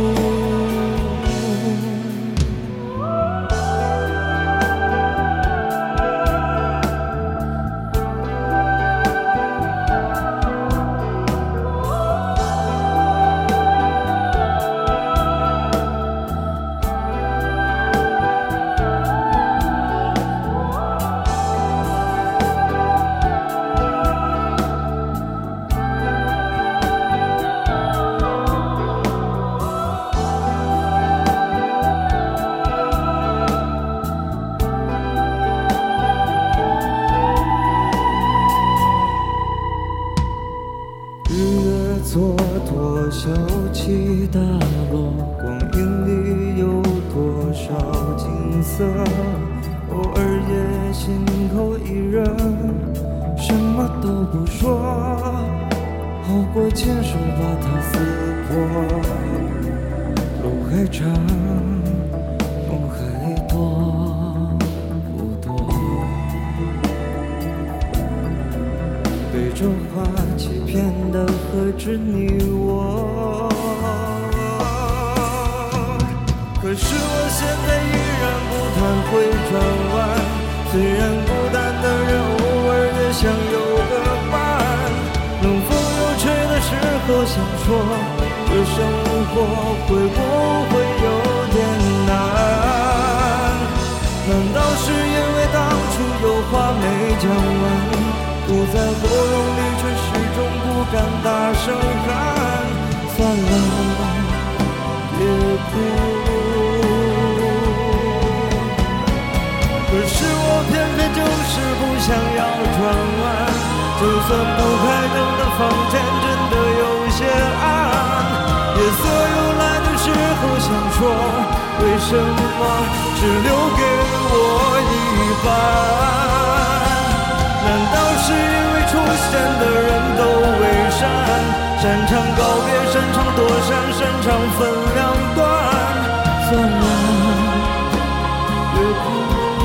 蹉跎，小起大落，光阴里有多少景色？偶尔也心口一热，什么都不说，好过牵手把它撕破。路还长，梦还多不多？对着花欺骗的何止你我？可是我现在依然不太会转弯，虽然孤单的人偶尔也想有个伴，冷风又吹的时候想说，这生活会不会有点难？难道是因为当初有话没讲完，堵在喉咙里却始终不敢大声喊？算了，别哭。可是我偏偏就是不想要转弯，就算不开灯的房间真的有些暗，夜色又来的时候想说，为什么只留给我一半？难道是因为出现的人都伪善？擅长告别，擅长躲闪，擅长分两段。算了，别哭。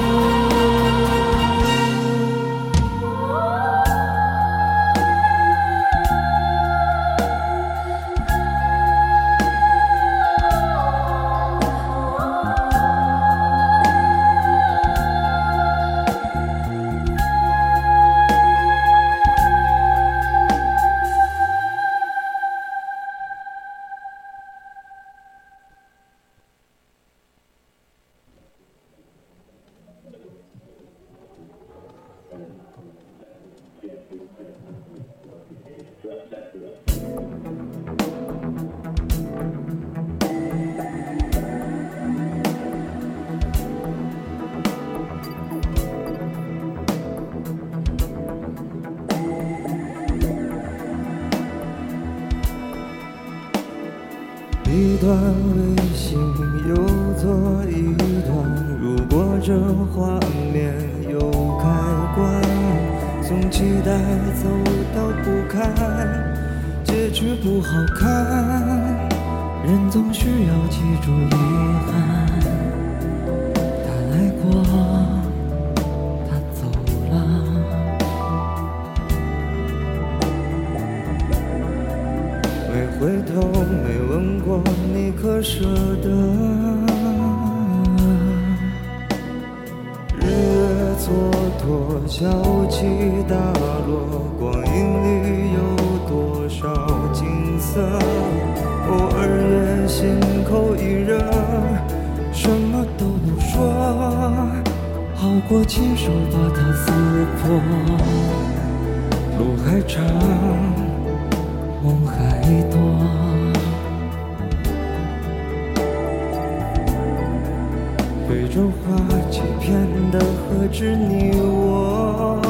一段微信又做一段，如果这画面有开关，从期待走到不堪，结局不好看，人总需要记住遗憾。他来过，他走了，没回头，没问过你可舍得。日月蹉跎，小起大落，光阴里有多少景色？偶尔也心口一热，什么都不说，好过亲手把它撕破。路还长，梦还多，对着花欺骗的何止你我？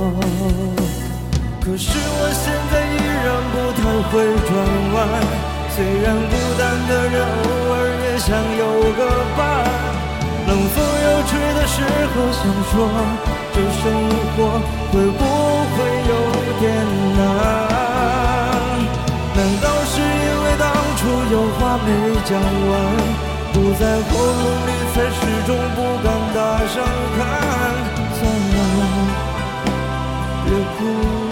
可是我现在依然不太会转弯， 虽然孤单的人偶尔也想有个伴，冷风又吹的时候想说，这生活会不会有点难？难道是因为当初有话没讲完，堵在喉咙里才始终不敢大声喊？算了，别哭。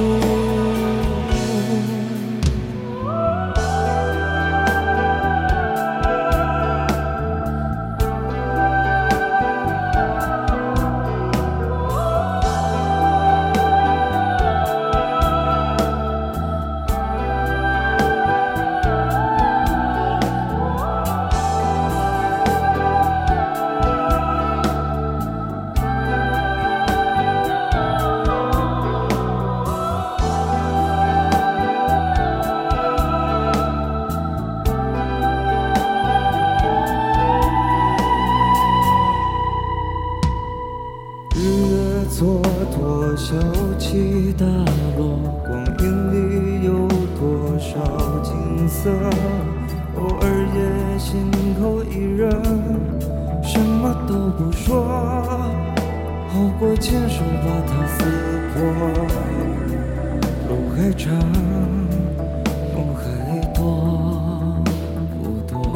小起大落，光阴里有多少景色？偶尔也心口一热，什么都不说，好过亲手把它撕破。路还长，梦还多不多？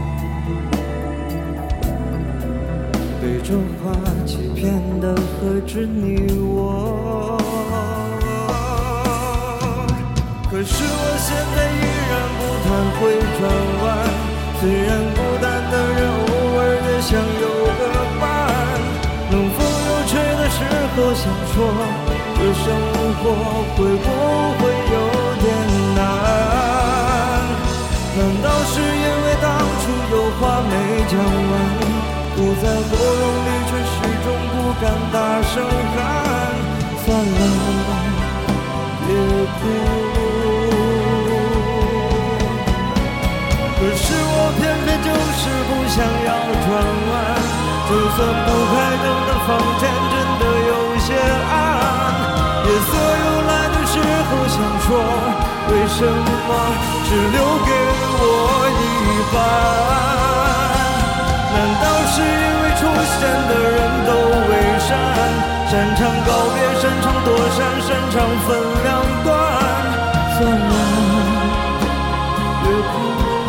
被这话欺骗的何止你我？可是我现在依然不太会转弯，虽然孤单的人偶尔也想有个伴，冷风又吹的时候想说，这生活会不会有点难？难道是因为当初有话没讲完，堵在喉咙里却始终不敢大声喊？算了，别哭。可是我偏偏就是不想要转弯，就算不开灯的房间真的有些暗，夜色又来的时候想说，为什么只留给我一半？难道是因为出现的人都伪善？擅长告别，擅长躲闪，擅长分两段。算了，别哭。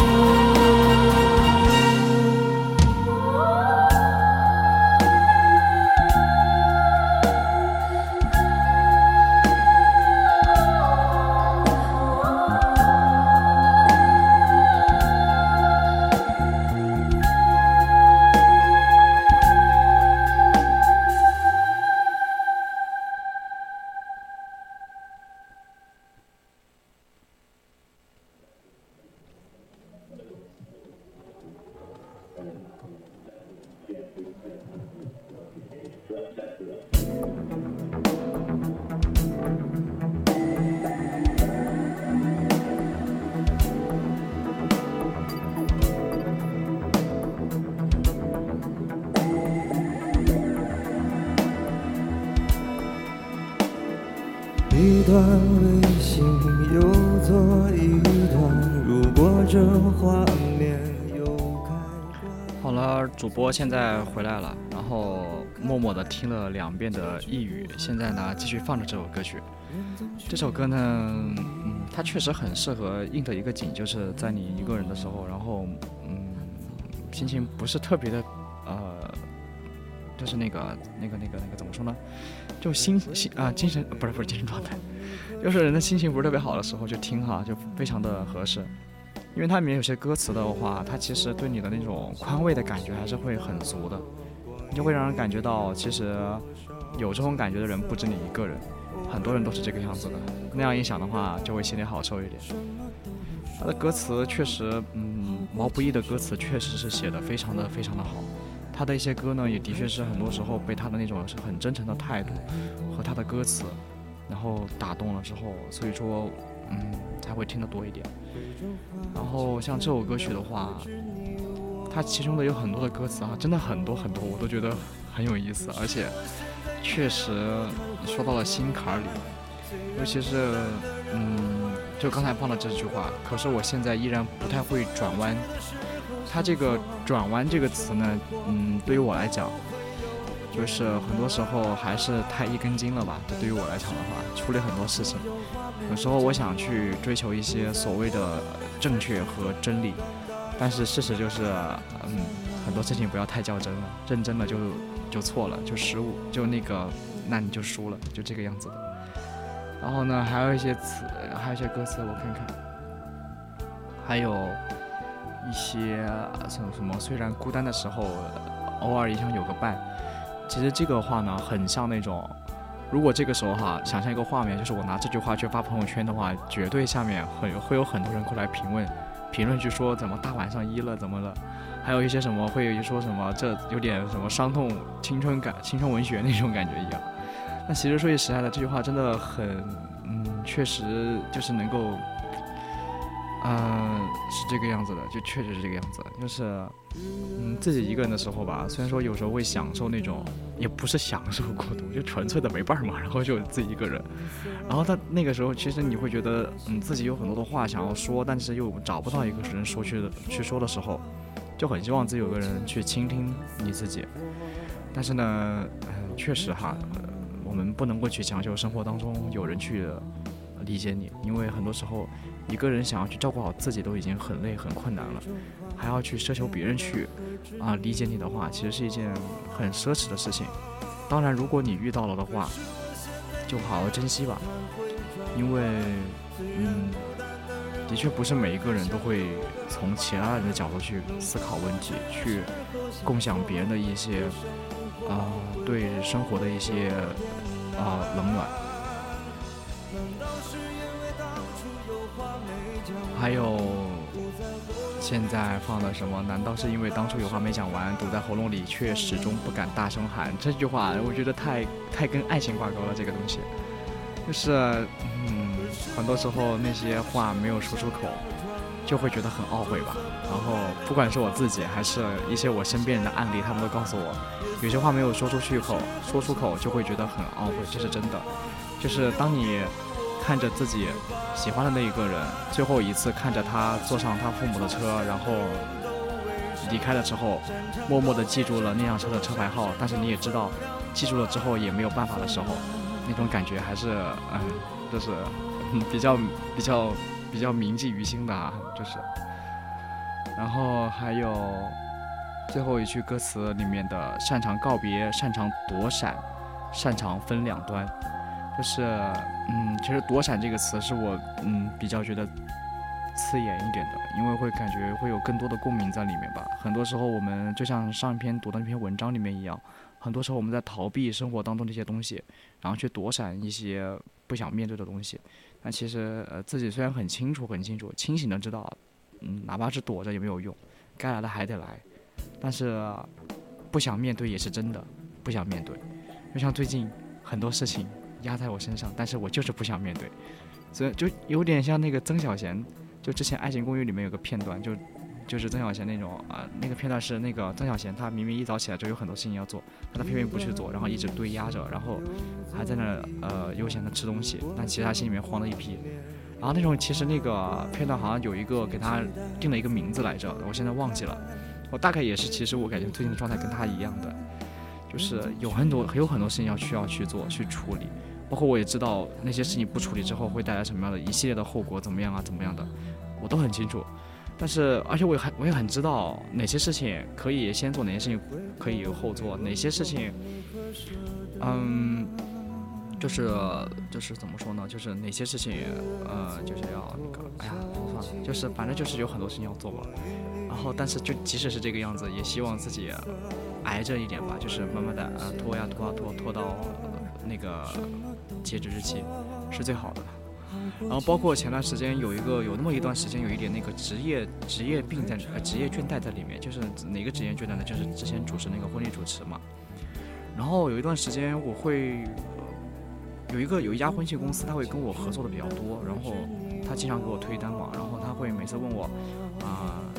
一段微信又做一段，如果这画面又开关。 好了，主播现在回来了，然后默默地听了两遍的呓语，现在呢继续放着这首歌曲。这首歌呢，嗯，它确实很适合应的一个景，就是在你一个人的时候，然后嗯，心情不是特别的，呃，就是那个那个那个那个怎么说呢？就心心啊、呃，精神不是不是精神状态，就是人的心情不是特别好的时候就听哈，就非常的合适。因为它里面有些歌词的话，它其实对你的那种宽慰的感觉还是会很足的，就会让人感觉到其实有这种感觉的人不止你一个人，很多人都是这个样子的。那样一想的话，就会心里好受一点。他的歌词确实，嗯，毛不易的歌词确实是写的非常的非常的好。他的一些歌呢，也的确是很多时候被他的那种很真诚的态度和他的歌词，然后打动了之后，所以说，嗯，才会听得多一点。然后像这首歌曲的话，它其中的有很多的歌词啊，真的很多很多，我都觉得很有意思，而且确实说到了心坎里。尤其是，嗯， 就刚才放的这句话，可是我现在依然不太会转弯。它这个转弯这个词呢，嗯，对于我来讲，就是很多时候还是太一根筋了吧。这对于我来讲的话，处理很多事情，有时候我想去追求一些所谓的正确和真理，但是事实就是，嗯，很多事情不要太较真了，认真了就就错了，就失误，就那个，那你就输了，就这个样子的。然后呢，还有一些词，还有一些歌词，我看看，还有一些什么什么，虽然孤单的时候，偶尔也想有个伴。其实这个话呢，很像那种，如果这个时候哈，想象一个画面，就是我拿这句话去发朋友圈的话，绝对下面会会有很多人过来评论，评论去说怎么大晚上一了怎么了，还有一些什么会说什么这有点什么伤痛青春感、青春文学那种感觉一样。那其实说句实在的，这句话真的很，嗯，确实就是能够，嗯，是这个样子的，就确实是这个样子，就是，嗯，自己一个人的时候吧，虽然说有时候会享受那种，也不是享受孤独，就纯粹的没伴嘛，然后就自己一个人，然后他那个时候，其实你会觉得，嗯，自己有很多的话想要说，但是又找不到一个人说去去说的时候，就很希望自己有个人去倾听你自己，但是呢，嗯，确实哈。我们不能够去强求生活当中有人去理解你，因为很多时候一个人想要去照顾好自己都已经很累很困难了，还要去奢求别人去啊、呃、理解你的话，其实是一件很奢侈的事情。当然如果你遇到了的话，就好好珍惜吧，因为嗯，的确不是每一个人都会从其他人的角度去思考问题，去共享别人的一些啊、呃、对生活的一些啊、呃、冷暖。还有现在放的什么？难道是因为当初有话没讲完，堵在喉咙里，却始终不敢大声喊？这句话我觉得太太跟爱情挂钩了。这个东西就是嗯，很多时候那些话没有说出口，就会觉得很懊悔吧。然后不管是我自己还是一些我身边人的案例，他们都告诉我，有些话没有说出去口，说出口就会觉得很懊悔，这是真的。就是当你看着自己喜欢的那一个人，最后一次看着他坐上他父母的车，然后离开了之后，默默地记住了那辆车的车牌号，但是你也知道，记住了之后也没有办法的时候，那种感觉还是嗯，就是嗯比较比较比较铭记于心的啊，就是。然后还有最后一句歌词里面的“擅长告别，擅长躲闪，擅长分两端”。就是嗯，其实躲闪这个词是我嗯比较觉得刺眼一点的，因为会感觉会有更多的共鸣在里面吧。很多时候我们就像上一篇读的那篇文章里面一样，很多时候我们在逃避生活当中这些东西，然后去躲闪一些不想面对的东西。那其实呃自己虽然很清楚很清楚清醒的知道，嗯，哪怕是躲着也没有用，该来的还得来，但是不想面对也是真的不想面对。就像最近很多事情压在我身上，但是我就是不想面对，所以就有点像那个曾小贤，就之前《爱情公寓》里面有个片段，就就是曾小贤那种啊、呃，那个片段是那个曾小贤他明明一早起来就有很多事情要做，但他偏偏不去做，然后一直堆压着，然后还在那呃悠闲的吃东西，但其实他心里面慌了一批。然后那种其实那个片段好像有一个给他定了一个名字来着，我现在忘记了。我大概也是，其实我感觉最近的状态跟他一样的，就是有很多有很多事情要需要去做去处理。包括我也知道那些事情不处理之后会带来什么样的一系列的后果，怎么样啊，怎么样的，我都很清楚。但是，而且我也很我也很知道哪些事情可以先做，哪些事情可以后做，哪些事情，嗯，就是就是怎么说呢？就是哪些事情，呃，就是要那个，哎呀，算了，就是反正就是有很多事情要做嘛。然后，但是就即使是这个样子，也希望自己挨着一点吧，就是慢慢的呃拖呀拖啊拖拖到。那个截止日期是最好的。然后包括前段时间有一个有那么一段时间有一点那个职业职业病在呃职业倦怠在里面，就是哪个职业倦怠呢？就是之前主持那个婚礼主持嘛。然后有一段时间我会有一个有一家婚庆公司，他会跟我合作的比较多，然后他经常给我推单嘛，然后他会每次问我啊、呃、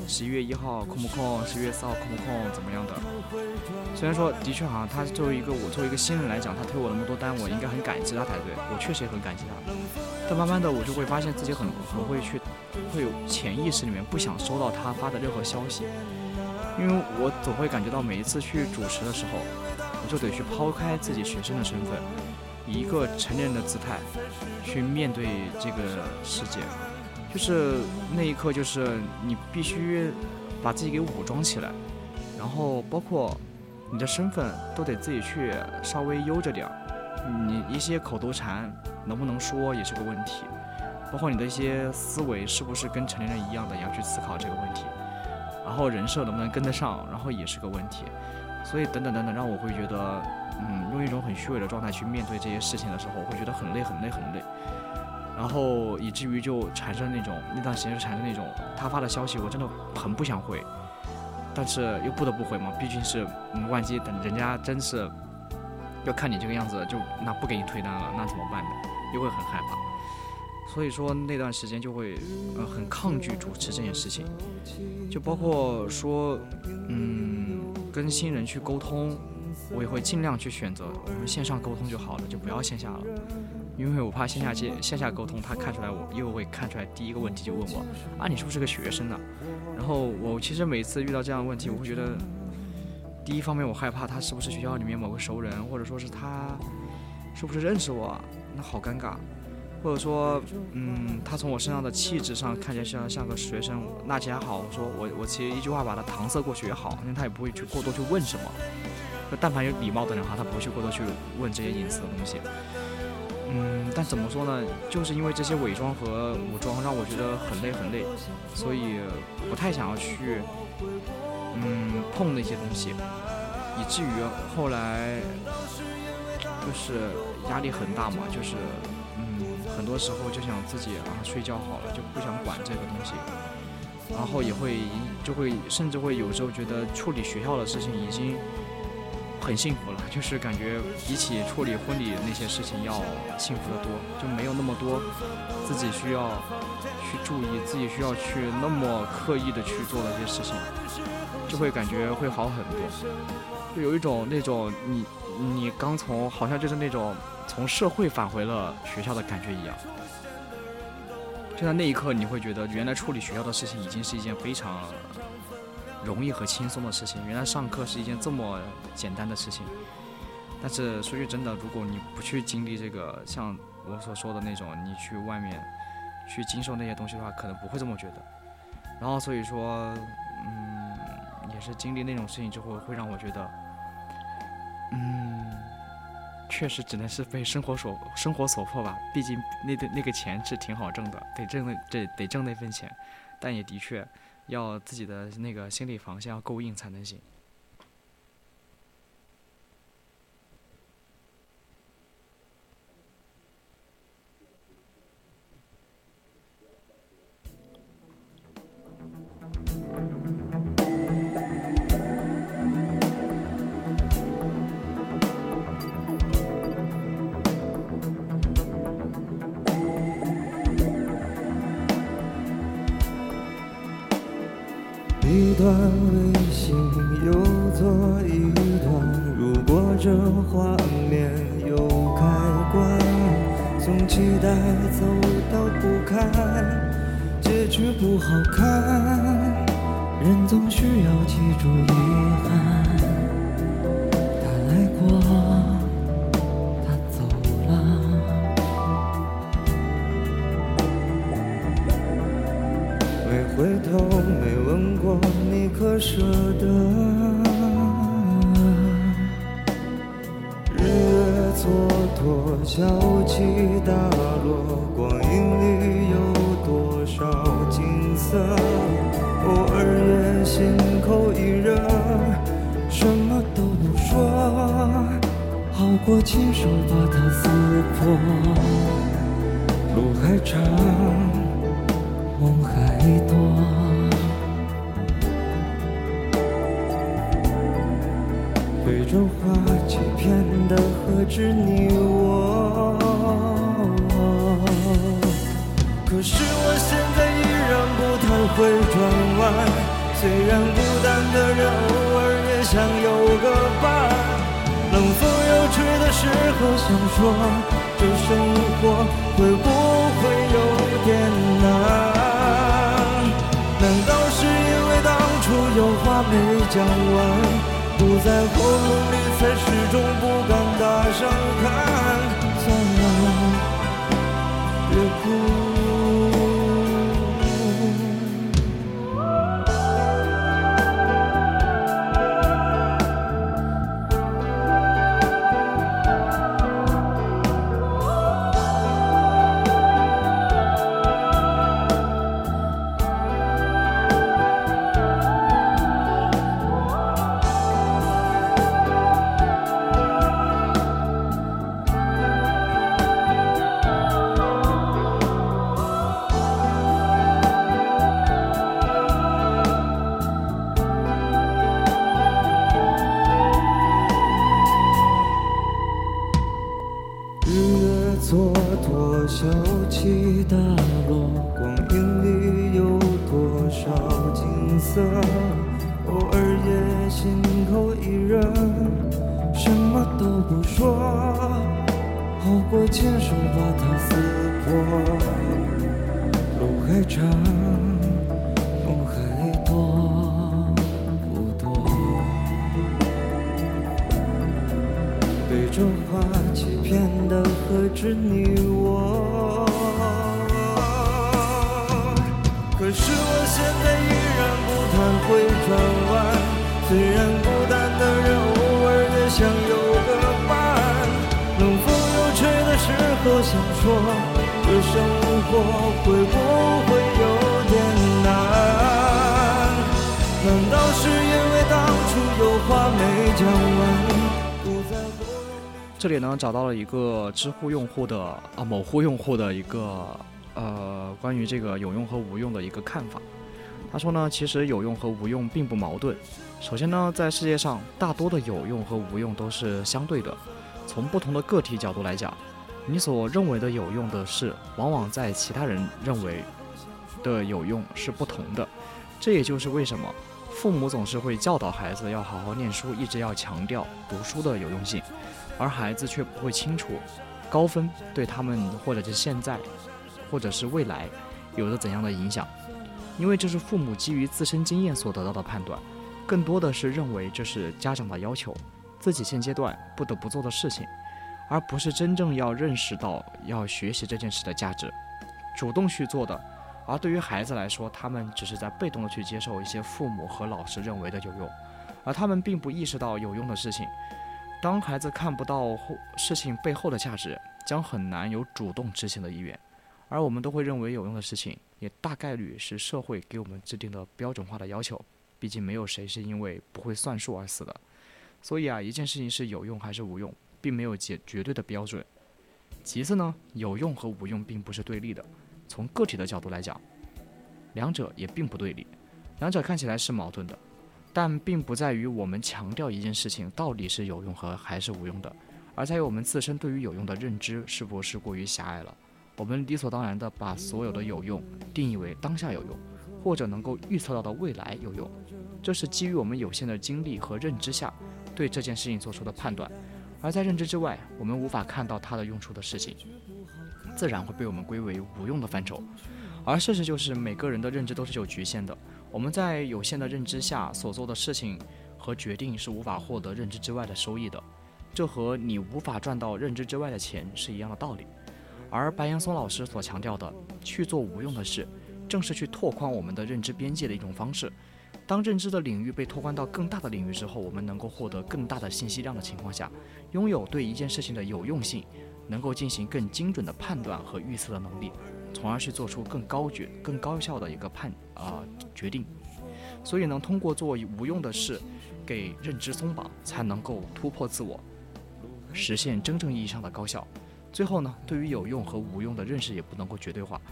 十一月一号空不空，十一月四号空不空，怎么样的。虽然说的确好像他作为一个我作为一个新人来讲，他推我那么多单，我应该很感激他才对，我确实也很感激他。但慢慢的我就会发现自己很很会去，会有潜意识里面不想收到他发的任何消息，因为我总会感觉到每一次去主持的时候，我就得去抛开自己学生的身份，以一个成年人的姿态去面对这个世界。就是那一刻，就是你必须把自己给武装起来，然后包括你的身份都得自己去稍微悠着点儿，你一些口头禅能不能说也是个问题，包括你的一些思维是不是跟成年人一样的也要去思考这个问题，然后人设能不能跟得上，然后也是个问题。所以等等等等，让我会觉得嗯，用一种很虚伪的状态去面对这些事情的时候，我会觉得很累很累很累，然后以至于就产生那种那段时间就产生那种他发的消息我真的很不想回，但是又不得不回嘛，毕竟是嗯，万一等人家真是要看你这个样子，就那不给你推单了，那怎么办呢？又会很害怕。所以说那段时间就会呃很抗拒主持这件事情，就包括说嗯跟新人去沟通，我也会尽量去选择我们线上沟通就好了，就不要线下了，因为我怕线下线下沟通他看出来，我又会看出来第一个问题就问我啊你是不是个学生呢？然后我其实每次遇到这样的问题，我会觉得第一方面我害怕他是不是学校里面某个熟人，或者说是他是不是认识我，那好尴尬。或者说嗯，他从我身上的气质上看起来像像个学生，那其实还好，我说我我其实一句话把他搪塞过去也好，因为他也不会去过多去问什么，但凡有礼貌的人哈，他不会去过多去问这些隐私的东西。嗯，但怎么说呢，就是因为这些伪装和武装让我觉得很累很累，所以不太想要去嗯碰那些东西，以至于后来就是压力很大嘛，就是嗯很多时候就想自己啊睡觉好了，就不想管这个东西，然后也会就会甚至会有时候觉得处理学校的事情已经很幸福了，就是感觉比起处理婚礼那些事情要幸福得多，就没有那么多自己需要去注意，自己需要去那么刻意的去做的一些事情，就会感觉会好很多，就有一种那种你你刚从好像就是那种从社会返回了学校的感觉一样。就在那一刻你会觉得原来处理学校的事情已经是一件非常容易和轻松的事情，原来上课是一件这么简单的事情。但是说句真的，如果你不去经历这个像我所说的那种，你去外面去经受那些东西的话，可能不会这么觉得。然后所以说嗯，也是经历那种事情之后，会让我觉得嗯，确实只能是被生活所生活所迫吧，毕竟那个那个钱是挺好挣的，得挣那得得挣那份钱，但也的确要自己的那个心理防线要够硬才能行。 一段微信又做一段，如果这画面有开关，从期待走到不堪，结局不好看，人总需要记住遗憾。他来过，他走了，没回头，没问过你可舍得。日月蹉跎，小气打落，光阴里有多少景色？偶尔也心口一热，什么都不说，好过亲手把它撕破。路还长，梦还多，被这话欺骗的何止你我？可是我现在依然不太会转弯， 虽然孤单的人偶尔也想有个伴，冷风又吹的时候想说，这生活会不会有点难？难道是因为当初有话没讲完，堵在喉咙里才始终不敢大声喊？算了，别哭。蹉跎小起大落，光阴里有多少景色？偶尔也心口一热，什么都不说，好过牵手把它撕破。路还长，梦还多不多？对着话欺骗的何止你我？可是我现在依然不太会转弯，虽然孤单的人偶尔也想有个伴，冷风又吹的时候想说，这生活会不会有点难？难道是因为当初有话没讲完？ 这里呢找到了一个知乎用户的啊某乎用户的一个呃关于这个有用和无用的一个看法。他说呢，其实有用和无用并不矛盾。首先呢，在世界上大多的有用和无用都是相对的。从不同的个体角度来讲，你所认为的有用的事，往往在其他人认为的有用是不同的。这也就是为什么父母总是会教导孩子要好好念书，一直要强调读书的有用性，而孩子却不会清楚高分对他们或者是现在或者是未来有着怎样的影响。因为这是父母基于自身经验所得到的判断，更多的是认为这是家长的要求，自己现阶段不得不做的事情，而不是真正要认识到要学习这件事的价值，主动去做的。而对于孩子来说，他们只是在被动的去接受一些父母和老师认为的有用，而他们并不意识到有用的事情。当孩子看不到事情背后的价值，将很难有主动执行的意愿。而我们都会认为有用的事情，也大概率是社会给我们制定的标准化的要求。毕竟没有谁是因为不会算数而死的。所以啊，一件事情是有用还是无用，并没有绝对的标准。其次呢，有用和无用并不是对立的。从个体的角度来讲，两者也并不对立，两者看起来是矛盾的，但并不在于我们强调一件事情到底是有用和还是无用的，而在于我们自身对于有用的认知是否是过于狭隘了。我们理所当然地把所有的有用定义为当下有用，或者能够预测到的未来有用，这是基于我们有限的经历和认知下对这件事情做出的判断。而在认知之外，我们无法看到它的用处的事情，自然会被我们归为无用的范畴。而事实就是每个人的认知都是有局限的，我们在有限的认知下所做的事情和决定是无法获得认知之外的收益的，这和你无法赚到认知之外的钱是一样的道理。而白岩松老师所强调的去做无用的事，正是去拓宽我们的认知边界的一种方式。当认知的领域被拓宽到更大的领域之后，我们能够获得更大的信息量的情况下，拥有对一件事情的有用性，能够进行更精准的判断和预测的能力，从而去做出更高决、更高效的一个判啊、呃、决定。所以呢，通过做无用的事，给认知松绑，才能够突破自我，实现真正意义上的高效。最后呢，对于有用和无用的认识也不能够绝对化。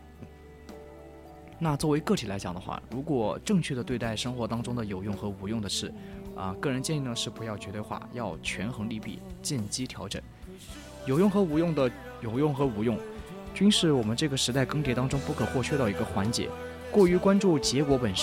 那作为个体来讲的话，如果正确的对待生活当中的有用和无用的事，啊、呃，个人建议呢是不要绝对化，要权衡利弊，见机调整。有用和无用的有用和无用，均是我们这个时代更迭当中不可或缺的一个环节。过于关注结果本身，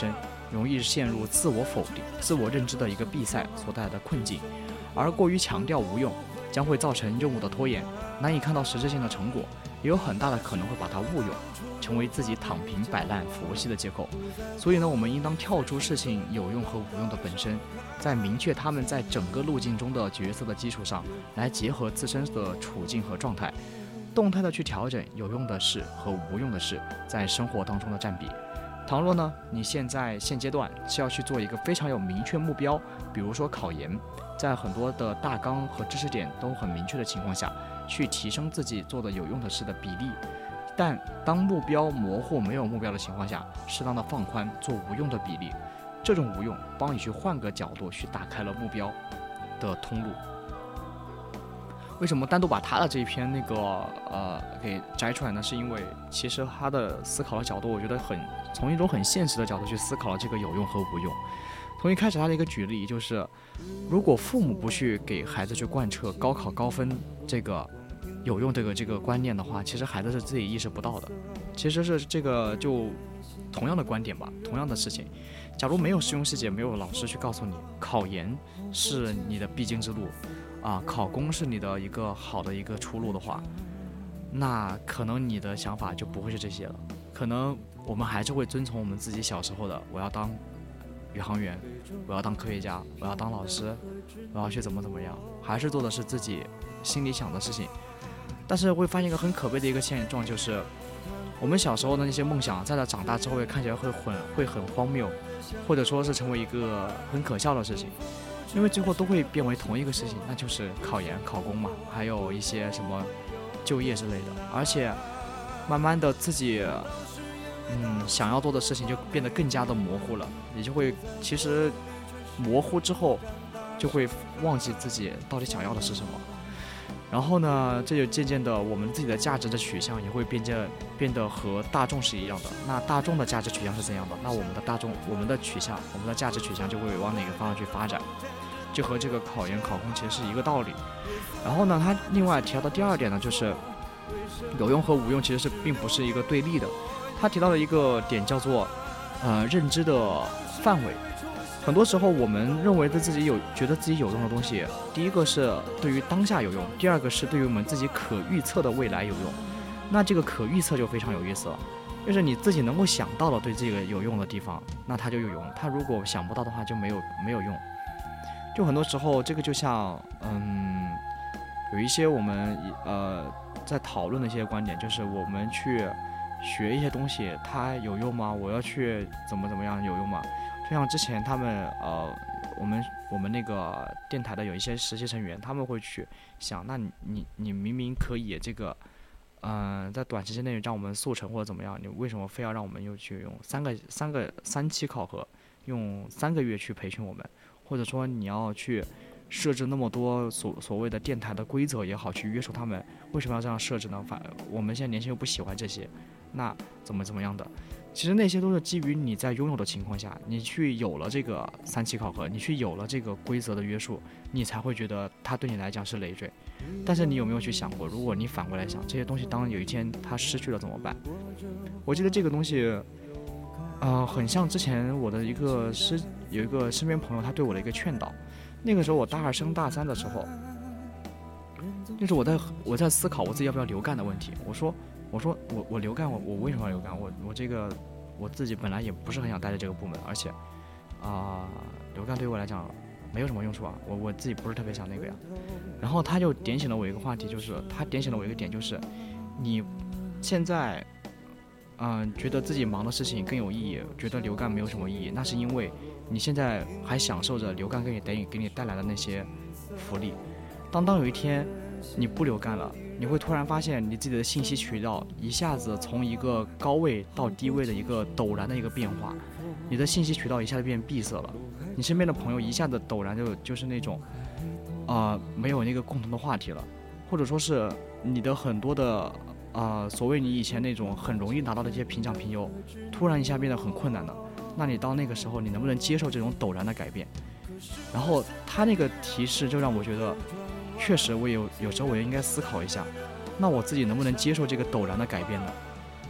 容易陷入自我否定、自我认知的一个闭塞所带来的困境，而过于强调无用，将会造成任务的拖延，难以看到实质性的成果，也有很大的可能会把它误用，成为自己躺平摆烂佛系的借口。所以呢，我们应当跳出事情有用和无用的本身，在明确他们在整个路径中的角色的基础上，来结合自身的处境和状态，动态的去调整有用的事和无用的事在生活当中的占比。倘若呢，你现在现阶段是要去做一个非常有明确目标，比如说考研，在很多的大纲和知识点都很明确的情况下，去提升自己做的有用的事的比例。但当目标模糊没有目标的情况下，适当的放宽做无用的比例，这种无用帮你去换个角度去打开了目标的通路。为什么单独把他的这一篇那个呃给摘出来呢？是因为其实他的思考的角度，我觉得很从一种很现实的角度去思考了这个有用和无用。从一开始他的一个举例就是，如果父母不去给孩子去贯彻高考高分这个有用这个这个观念的话，其实孩子是自己意识不到的。其实是这个就同样的观点吧，同样的事情。假如没有实用细节，没有老师去告诉你考研是你的必经之路啊，考公是你的一个好的一个出路的话，那可能你的想法就不会是这些了。可能我们还是会遵从我们自己小时候的，我要当宇航员，我要当科学家，我要当老师，我要去怎么怎么样，还是做的是自己心里想的事情。但是会发现一个很可悲的一个现状，就是我们小时候的那些梦想，在他长大之后看起来会很会很荒谬，或者说是成为一个很可笑的事情，因为最后都会变为同一个事情，那就是考研考公嘛，还有一些什么就业之类的。而且慢慢的自己嗯想要做的事情就变得更加的模糊了，也就会其实模糊之后就会忘记自己到底想要的是什么。然后呢，这就渐渐的我们自己的价值的取向也会变得变得和大众是一样的。那大众的价值取向是怎样的，那我们的大众我们的取向我们的价值取向就会往哪个方向去发展，就和这个考研考公其实是一个道理。然后呢，他另外提到的第二点呢，就是有用和无用其实是并不是一个对立的。他提到的一个点叫做呃认知的范围。很多时候我们认为的自己有觉得自己有用的东西，第一个是对于当下有用，第二个是对于我们自己可预测的未来有用。那这个可预测就非常有意思了，就是你自己能够想到的对这个有用的地方，那它就有用，它如果想不到的话就没有没有用。就很多时候这个就像嗯有一些我们呃在讨论的一些观点，就是我们去学一些东西它有用吗？我要去怎么怎么样有用吗？就像之前他们呃，我们我们那个电台的有一些实习成员，他们会去想，那你你你明明可以这个，嗯、呃，在短时间内让我们速成或者怎么样，你为什么非要让我们又去用三个三个三期考核，用三个月去培训我们，或者说你要去设置那么多所所谓的电台的规则也好，去约束他们，为什么要这样设置呢？反我们现在年轻人不喜欢这些，那怎么怎么样的？其实那些都是基于你在拥有的情况下，你去有了这个三期考核，你去有了这个规则的约束，你才会觉得它对你来讲是累赘。但是你有没有去想过，如果你反过来想，这些东西当有一天它失去了怎么办？我记得这个东西呃，很像之前我的一个师有一个身边朋友他对我的一个劝导。那个时候我大二升大三的时候，就是我在我在思考我自己要不要留干的问题。我说我说我我留干我我为什么要留干？我我这个我自己本来也不是很想待在这个部门，而且啊、呃、留干对我来讲没有什么用处啊，我我自己不是特别想那个呀。然后他就点醒了我一个话题，就是他点醒了我一个点，就是你现在嗯、呃、觉得自己忙的事情更有意义，觉得留干没有什么意义，那是因为你现在还享受着留干给你给你给你带来的那些福利。当当有一天你不留干了，你会突然发现你自己的信息渠道一下子从一个高位到低位的一个陡然的一个变化，你的信息渠道一下子变闭塞了，你身边的朋友一下子陡然就就是那种呃没有那个共同的话题了，或者说是你的很多的呃所谓你以前那种很容易拿到的一些评奖评优，突然一下变得很困难了。那你到那个时候你能不能接受这种陡然的改变？然后他那个提示就让我觉得确实我有有时候我也应该思考一下，那我自己能不能接受这个陡然的改变呢？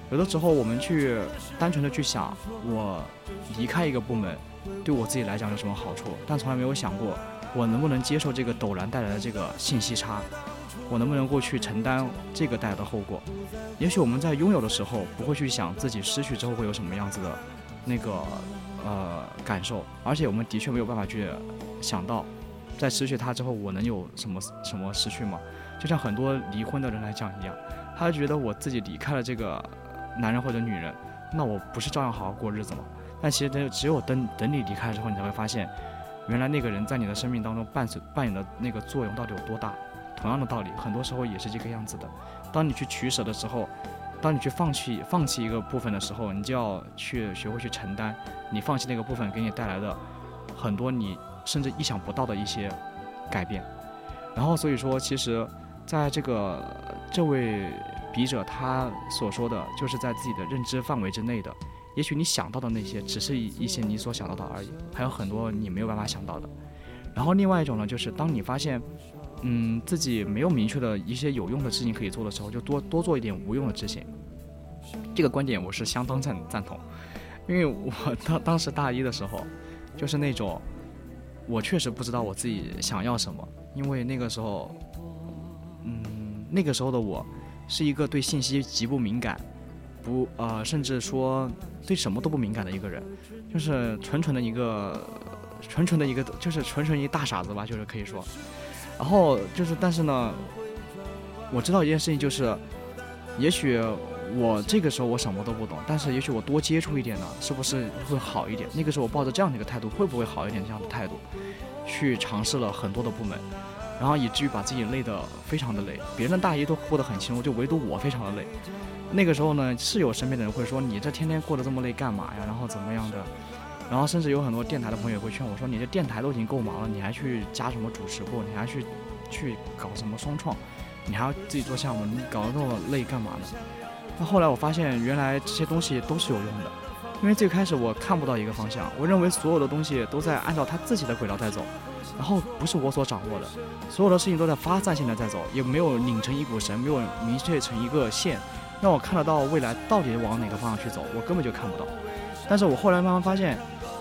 有的时候我们去单纯的去想，我离开一个部门对我自己来讲有什么好处，但从来没有想过我能不能接受这个陡然带来的这个信息差，我能不能够去承担这个带来的后果。也许我们在拥有的时候不会去想自己失去之后会有什么样子的那个呃感受，而且我们的确没有办法去想到在失去它之后我能有什么什么失去吗？就像很多离婚的人来讲一样，他觉得我自己离开了这个男人或者女人，那我不是照样好好过日子吗？但其实只有等等你离开之后，你才会发现原来那个人在你的生命当中扮扮演的那个作用到底有多大。同样的道理，很多时候也是这个样子的。当你去取舍的时候，当你去放弃放弃一个部分的时候，你就要去学会去承担你放弃那个部分给你带来的很多你甚至意想不到的一些改变。然后所以说其实在这个这位笔者他所说的就是在自己的认知范围之内的，也许你想到的那些只是一些你所想到的而已，还有很多你没有办法想到的。然后另外一种呢，就是当你发现嗯，自己没有明确的一些有用的事情可以做的时候，就多多做一点无用的事情。这个观点我是相当赞赞同，因为我当当时大一的时候，就是那种我确实不知道我自己想要什么，因为那个时候，嗯，那个时候的我是一个对信息极不敏感，不呃，甚至说对什么都不敏感的一个人，就是纯纯的一个，纯纯的一个，就是纯纯一大傻子吧，就是可以说。然后就是，但是呢，我知道一件事情，就是也许我这个时候我什么都不懂，但是也许我多接触一点呢，是不是会好一点？那个时候我抱着这样的一个态度，会不会好一点？这样的态度去尝试了很多的部门，然后以至于把自己累得非常的累。别人的大一都过得很轻松，就唯独我非常的累。那个时候呢，是有身边的人会说：“你这天天过得这么累干嘛呀？”然后怎么样的？然后甚至有很多电台的朋友会劝我说：“你这电台都已经够忙了，你还去加什么主持部？你还去去搞什么双创？你还要自己做项目？你搞得那么累干嘛呢？”那后来我发现，原来这些东西都是有用的。因为最开始我看不到一个方向，我认为所有的东西都在按照他自己的轨道在走，然后不是我所掌握的，所有的事情都在发散性的在走，也没有拧成一股绳，没有明确成一个线，让我看得到未来到底往哪个方向去走，我根本就看不到。但是我后来慢慢发现，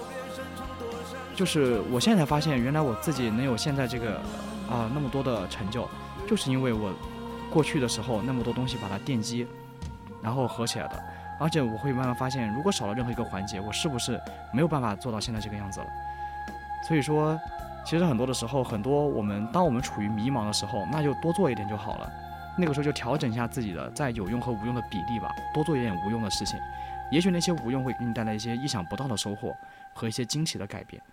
就是我现在才发现，原来我自己能有现在这个啊、呃、那么多的成就，就是因为我过去的时候那么多东西把它奠基，然后合起来的。而且我会慢慢发现，如果少了任何一个环节，我是不是没有办法做到现在这个样子了？所以说，其实很多的时候，很多我们当我们处于迷茫的时候，那就多做一点就好了。那个时候就调整一下自己的在有用和无用的比例吧，多做一点无用的事情，也许那些无用会给你带来一些意想不到的收获和一些惊奇的改变。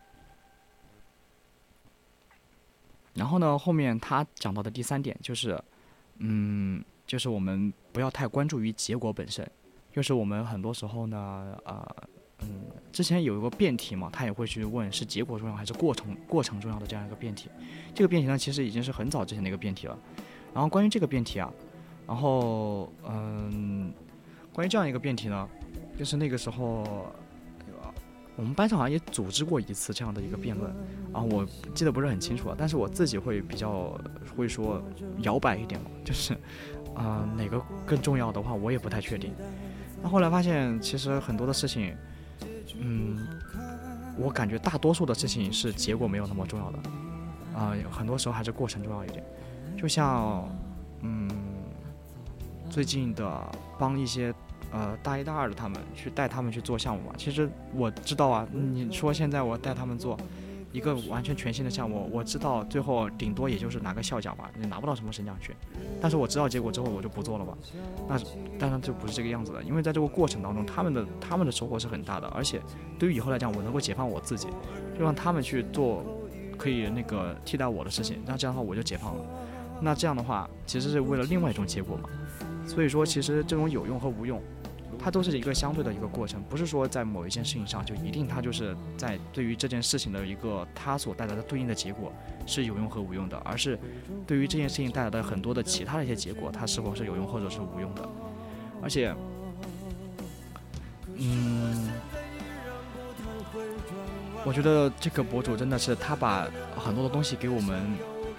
然后呢，后面他讲到的第三点就是，嗯，就是我们不要太关注于结果本身。就是我们很多时候呢，呃，嗯，之前有一个辩题嘛，他也会去问是结果重要还是过程过程重要的这样一个辩题。这个辩题呢，其实已经是很早之前的一个辩题了。然后关于这个辩题啊，然后嗯，关于这样一个辩题呢，就是那个时候我们班上好像也组织过一次这样的一个辩论，然后我记得不是很清楚了，但是我自己会比较会说摇摆一点嘛，就是啊、呃、哪个更重要的话，我也不太确定。那后来发现，其实很多的事情，嗯，我感觉大多数的事情是结果没有那么重要的，啊、呃，很多时候还是过程重要一点。就像，嗯，最近的帮一些呃大一大二的他们去带他们去做项目嘛，其实我知道啊，你说现在我带他们做一个完全全新的项目，我知道最后顶多也就是拿个校奖吧，你拿不到什么省奖学，但是我知道结果之后我就不做了吧，那当然就不是这个样子的，因为在这个过程当中，他们的他们的收获是很大的，而且对于以后来讲，我能够解放我自己，就让他们去做可以那个替代我的事情，那这样的话我就解放了，那这样的话其实是为了另外一种结果嘛，所以说其实这种有用和无用，它都是一个相对的一个过程，不是说在某一件事情上就一定它就是在对于这件事情的一个它所带来的对应的结果是有用和无用的，而是对于这件事情带来的很多的其他的一些结果，它是否是有用或者是无用的。而且，嗯，我觉得这个博主真的是他把很多的东西给我们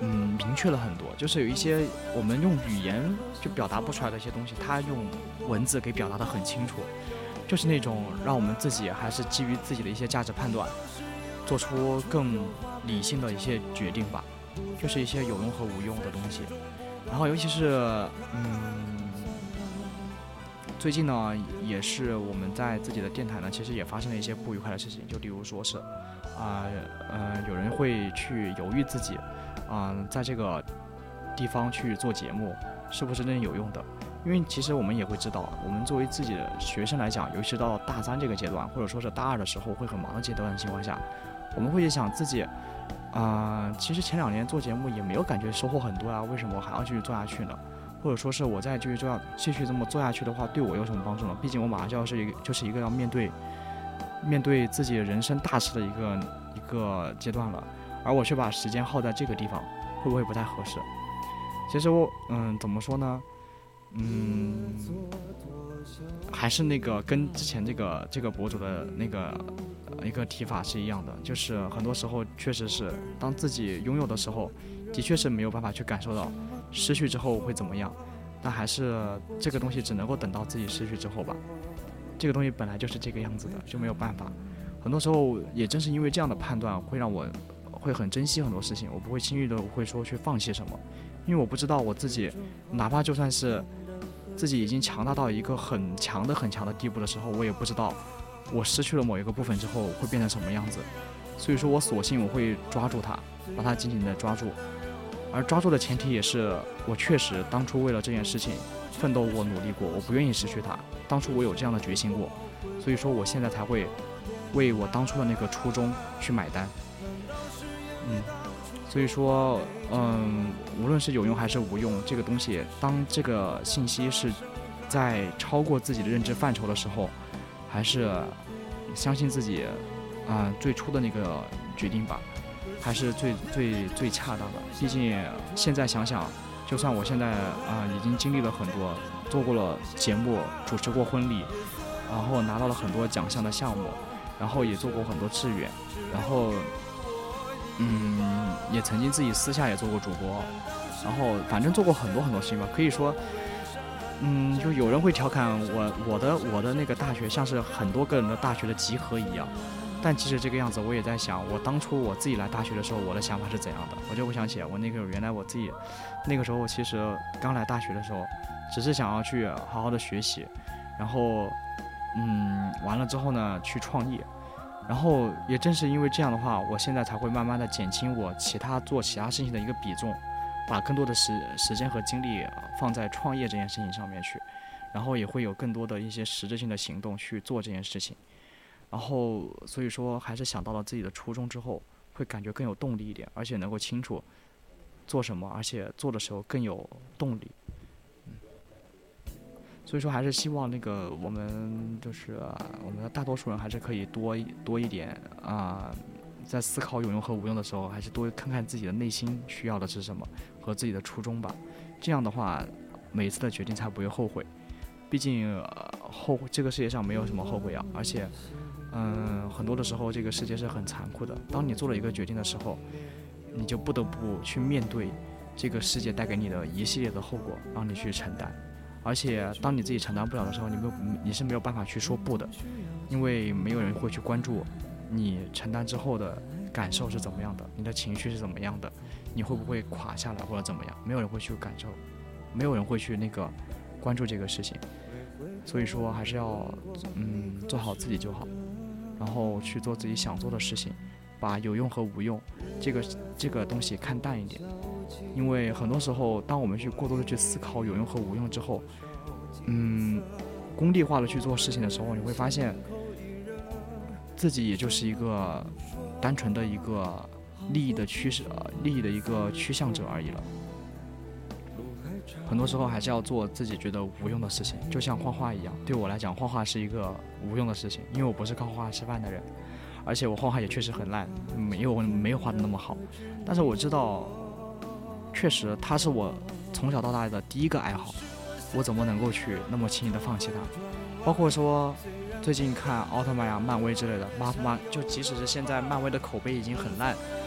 嗯明确了很多，就是有一些我们用语言就表达不出来的一些东西，他用文字给表达得很清楚，就是那种让我们自己还是基于自己的一些价值判断，做出更理性的一些决定吧，就是一些有用和无用的东西。然后尤其是嗯。最近呢，也是我们在自己的电台呢，其实也发生了一些不愉快的事情，就例如说是，啊呃，呃，有人会去犹豫自己，啊、呃，在这个地方去做节目是不是真正有用的？因为其实我们也会知道，我们作为自己的学生来讲，尤其是到大三这个阶段，或者说是大二的时候会很忙的阶段的情况下，我们会想自己，啊、呃，其实前两年做节目也没有感觉收获很多啊，为什么我还要继续做下去呢？或者说是我再继续做下继续这么做下去的话，对我有什么帮助呢？毕竟我马上就要是一个就是一个要面对面对自己人生大事的一个一个阶段了，而我却把时间耗在这个地方，会不会不太合适？其实我嗯怎么说呢？嗯，还是那个跟之前这个这个博主的那个一个提法是一样的，就是很多时候确实是当自己拥有的时候，的确是没有办法去感受到失去之后会怎么样，但还是这个东西只能够等到自己失去之后吧。这个东西本来就是这个样子的，就没有办法。很多时候也正是因为这样的判断，会让我会很珍惜很多事情，我不会轻易的会说去放弃什么，因为我不知道我自己，哪怕就算是自己已经强大到一个很强的很强的地步的时候，我也不知道我失去了某一个部分之后会变成什么样子。所以说我索性我会抓住它，把它紧紧的抓住。而抓住的前提也是我确实当初为了这件事情奋斗过努力过，我不愿意失去它，当初我有这样的决心过，所以说我现在才会为我当初的那个初衷去买单。嗯，所以说嗯，无论是有用还是无用，这个东西当这个信息是在超过自己的认知范畴的时候，还是相信自己啊、呃、最初的那个决定吧，还是最最最恰当的。毕竟现在想想，就算我现在啊、呃、已经经历了很多，做过了节目，主持过婚礼，然后拿到了很多奖项的项目，然后也做过很多志愿，然后嗯也曾经自己私下也做过主播，然后反正做过很多很多事情吧。可以说嗯就有人会调侃我我的我的那个大学像是很多个人的大学的集合一样。但其实这个样子，我也在想，我当初我自己来大学的时候，我的想法是怎样的？我就会想起我那个原来我自己，那个时候其实刚来大学的时候，只是想要去好好的学习，然后，嗯，完了之后呢，去创业，然后也正是因为这样的话，我现在才会慢慢的减轻我其他做其他事情的一个比重，把更多的时时间和精力放在创业这件事情上面去，然后也会有更多的一些实质性的行动去做这件事情。然后所以说还是想到了自己的初衷之后，会感觉更有动力一点，而且能够清楚做什么，而且做的时候更有动力。嗯，所以说还是希望那个我们就是我们的大多数人还是可以多多一点啊、呃，在思考有用和无用的时候，还是多看看自己的内心需要的是什么和自己的初衷吧。这样的话，每一次的决定才不会后悔。毕竟、呃、后这个世界上没有什么后悔啊，而且。嗯，很多的时候这个世界是很残酷的，当你做了一个决定的时候，你就不得不去面对这个世界带给你的一系列的后果，让你去承担。而且当你自己承担不了的时候，你没有你是没有办法去说不的，因为没有人会去关注你承担之后的感受是怎么样的，你的情绪是怎么样的，你会不会垮下来或者怎么样，没有人会去感受，没有人会去那个关注这个事情。所以说还是要嗯做好自己就好，然后去做自己想做的事情，把有用和无用这个这个东西看淡一点。因为很多时候当我们去过多的去思考有用和无用之后，嗯功利化的去做事情的时候，你会发现自己也就是一个单纯的一个利益的趋势利益的一个趋向者而已了。很多时候还是要做自己觉得无用的事情，就像画画一样，对我来讲画画是一个无用的事情，因为我不是靠画画吃饭的人，而且我画画也确实很烂，没有没有画的那么好，但是我知道确实它是我从小到大的第一个爱好，我怎么能够去那么轻易的放弃它？包括说最近看奥特曼呀、漫威之类的，漫漫就即使是现在漫威的口碑已经很烂，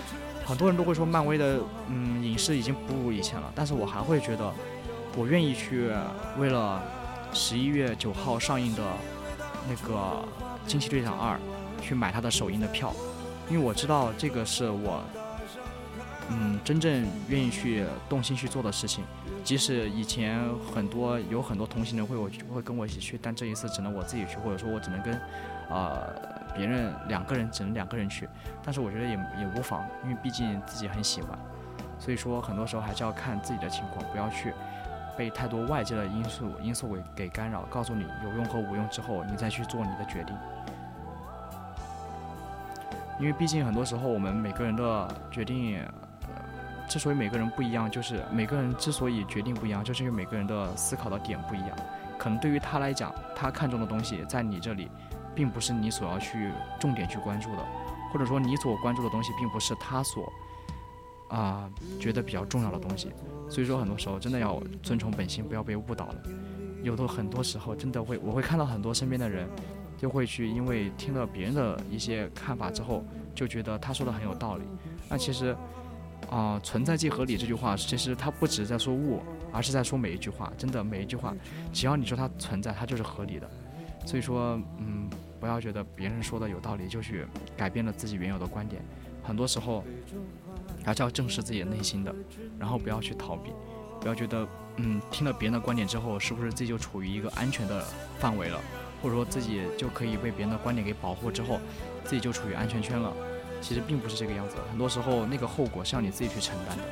很多人都会说漫威的嗯影视已经不如以前了，但是我还会觉得我愿意去为了十一月九号上映的那个惊奇队长二去买它的首映的票，因为我知道这个是我嗯真正愿意去动心去做的事情。即使以前很多有很多同行人会我会跟我一起去，但这一次只能我自己去，或者说我只能跟呃别人两个人只能两个人去，但是我觉得也也无妨，因为毕竟自己很喜欢，所以说很多时候还是要看自己的情况，不要去被太多外界的因素因素给给干扰，告诉你有用和无用之后，你再去做你的决定。因为毕竟很多时候我们每个人的决定，呃，之所以每个人不一样，就是每个人之所以决定不一样，就是因为每个人的思考的点不一样。可能对于他来讲，他看重的东西在你这里，并不是你所要去重点去关注的，或者说你所关注的东西，并不是他所啊、呃、觉得比较重要的东西。所以说很多时候真的要遵从本心，不要被误导了。有的很多时候真的会，我会看到很多身边的人就会去因为听了别人的一些看法之后，就觉得他说的很有道理。那其实啊、呃，存在即合理这句话，其实它不只是在说物，而是在说每一句话。真的每一句话，只要你说它存在，它就是合理的。所以说，嗯，不要觉得别人说的有道理就去改变了自己原有的观点。很多时候还是要正视自己的内心的，然后不要去逃避，不要觉得嗯听了别人的观点之后，是不是自己就处于一个安全的范围了，或者说自己就可以被别人的观点给保护之后，自己就处于安全圈了。其实并不是这个样子，很多时候那个后果是要你自己去承担的。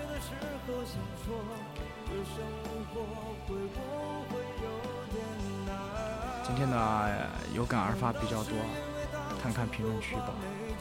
今天的有感而发比较多，看看评论区吧。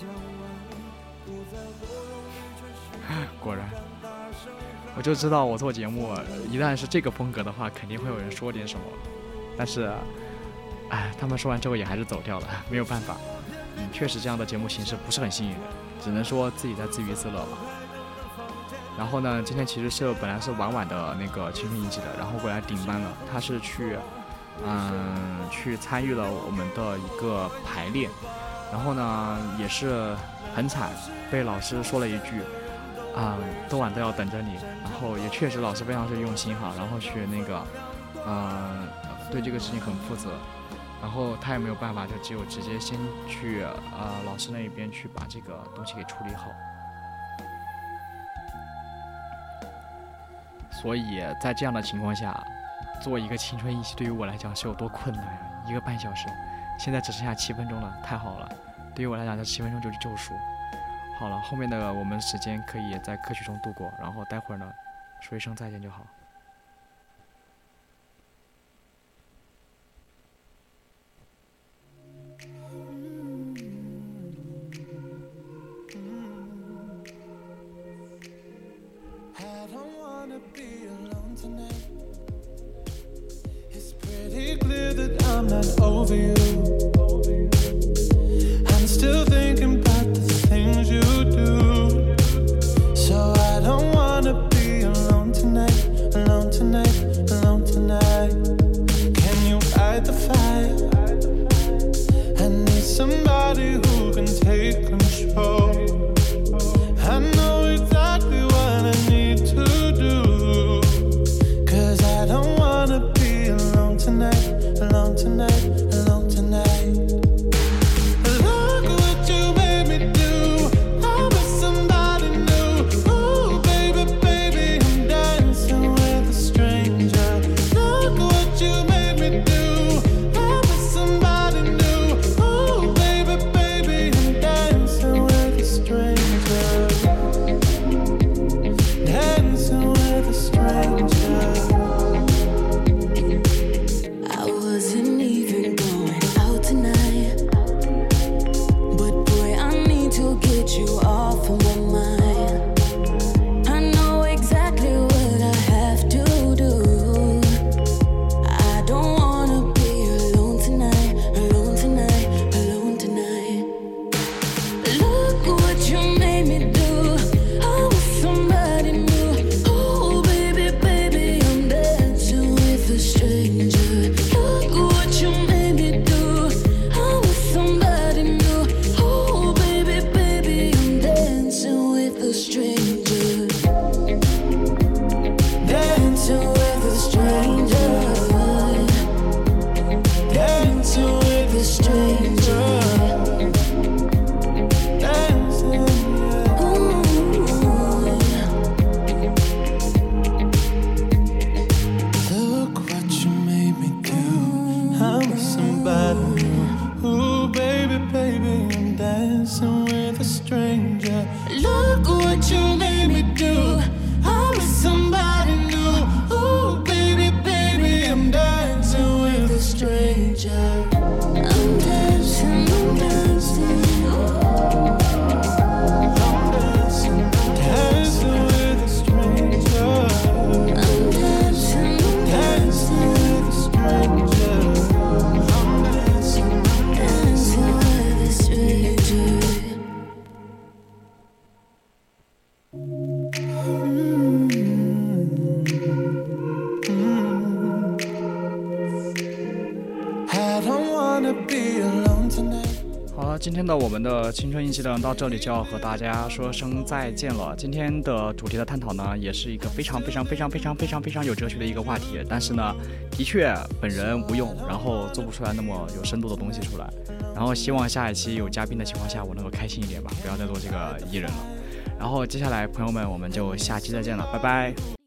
果然，我就知道我做节目一旦是这个风格的话，肯定会有人说点什么。但是，哎，他们说完之后也还是走掉了，没有办法。嗯，确实这样的节目形式不是很吸引人，只能说自己在自娱自乐吧。然后呢，今天其实是本来是晚晚的那个青春印记的，然后过来顶班了。他是去，嗯，去参与了我们的一个排练，然后呢也是很惨，被老师说了一句，啊、嗯，多晚都要等着你。然后也确实老师非常是用心哈，然后去那个，嗯，对这个事情很负责。然后他也没有办法，就只有直接先去呃老师那一边去把这个东西给处理好。所以在这样的情况下，做一个青春一期对于我来讲是有多困难呀！一个半小时，现在只剩下七分钟了，太好了！对于我来讲，这七分钟就是救赎。好了，后面的我们时间可以在歌曲中度过，然后待会儿呢，说一声再见就好。 I'm not over you. I'm still thinking about the things you do. So I don't wanna be alone tonight, alone tonight, alone tonight. Can you fight the fire? I need somebody who can take control. I know exactly what I need to do. Cause I don't wanna be alone tonight, alone tonight, alone tonight. 今天的我们的青春印记呢，到这里就要和大家说声再见了。今天的主题的探讨呢，也是一个非常非常非常非常非常非常有哲学的一个话题，但是呢，的确本人无用，然后做不出来那么有深度的东西出来。然后希望下一期有嘉宾的情况下，我能够开心一点吧，不要再做这个艺人了。然后接下来朋友们，我们就下期再见了，拜拜。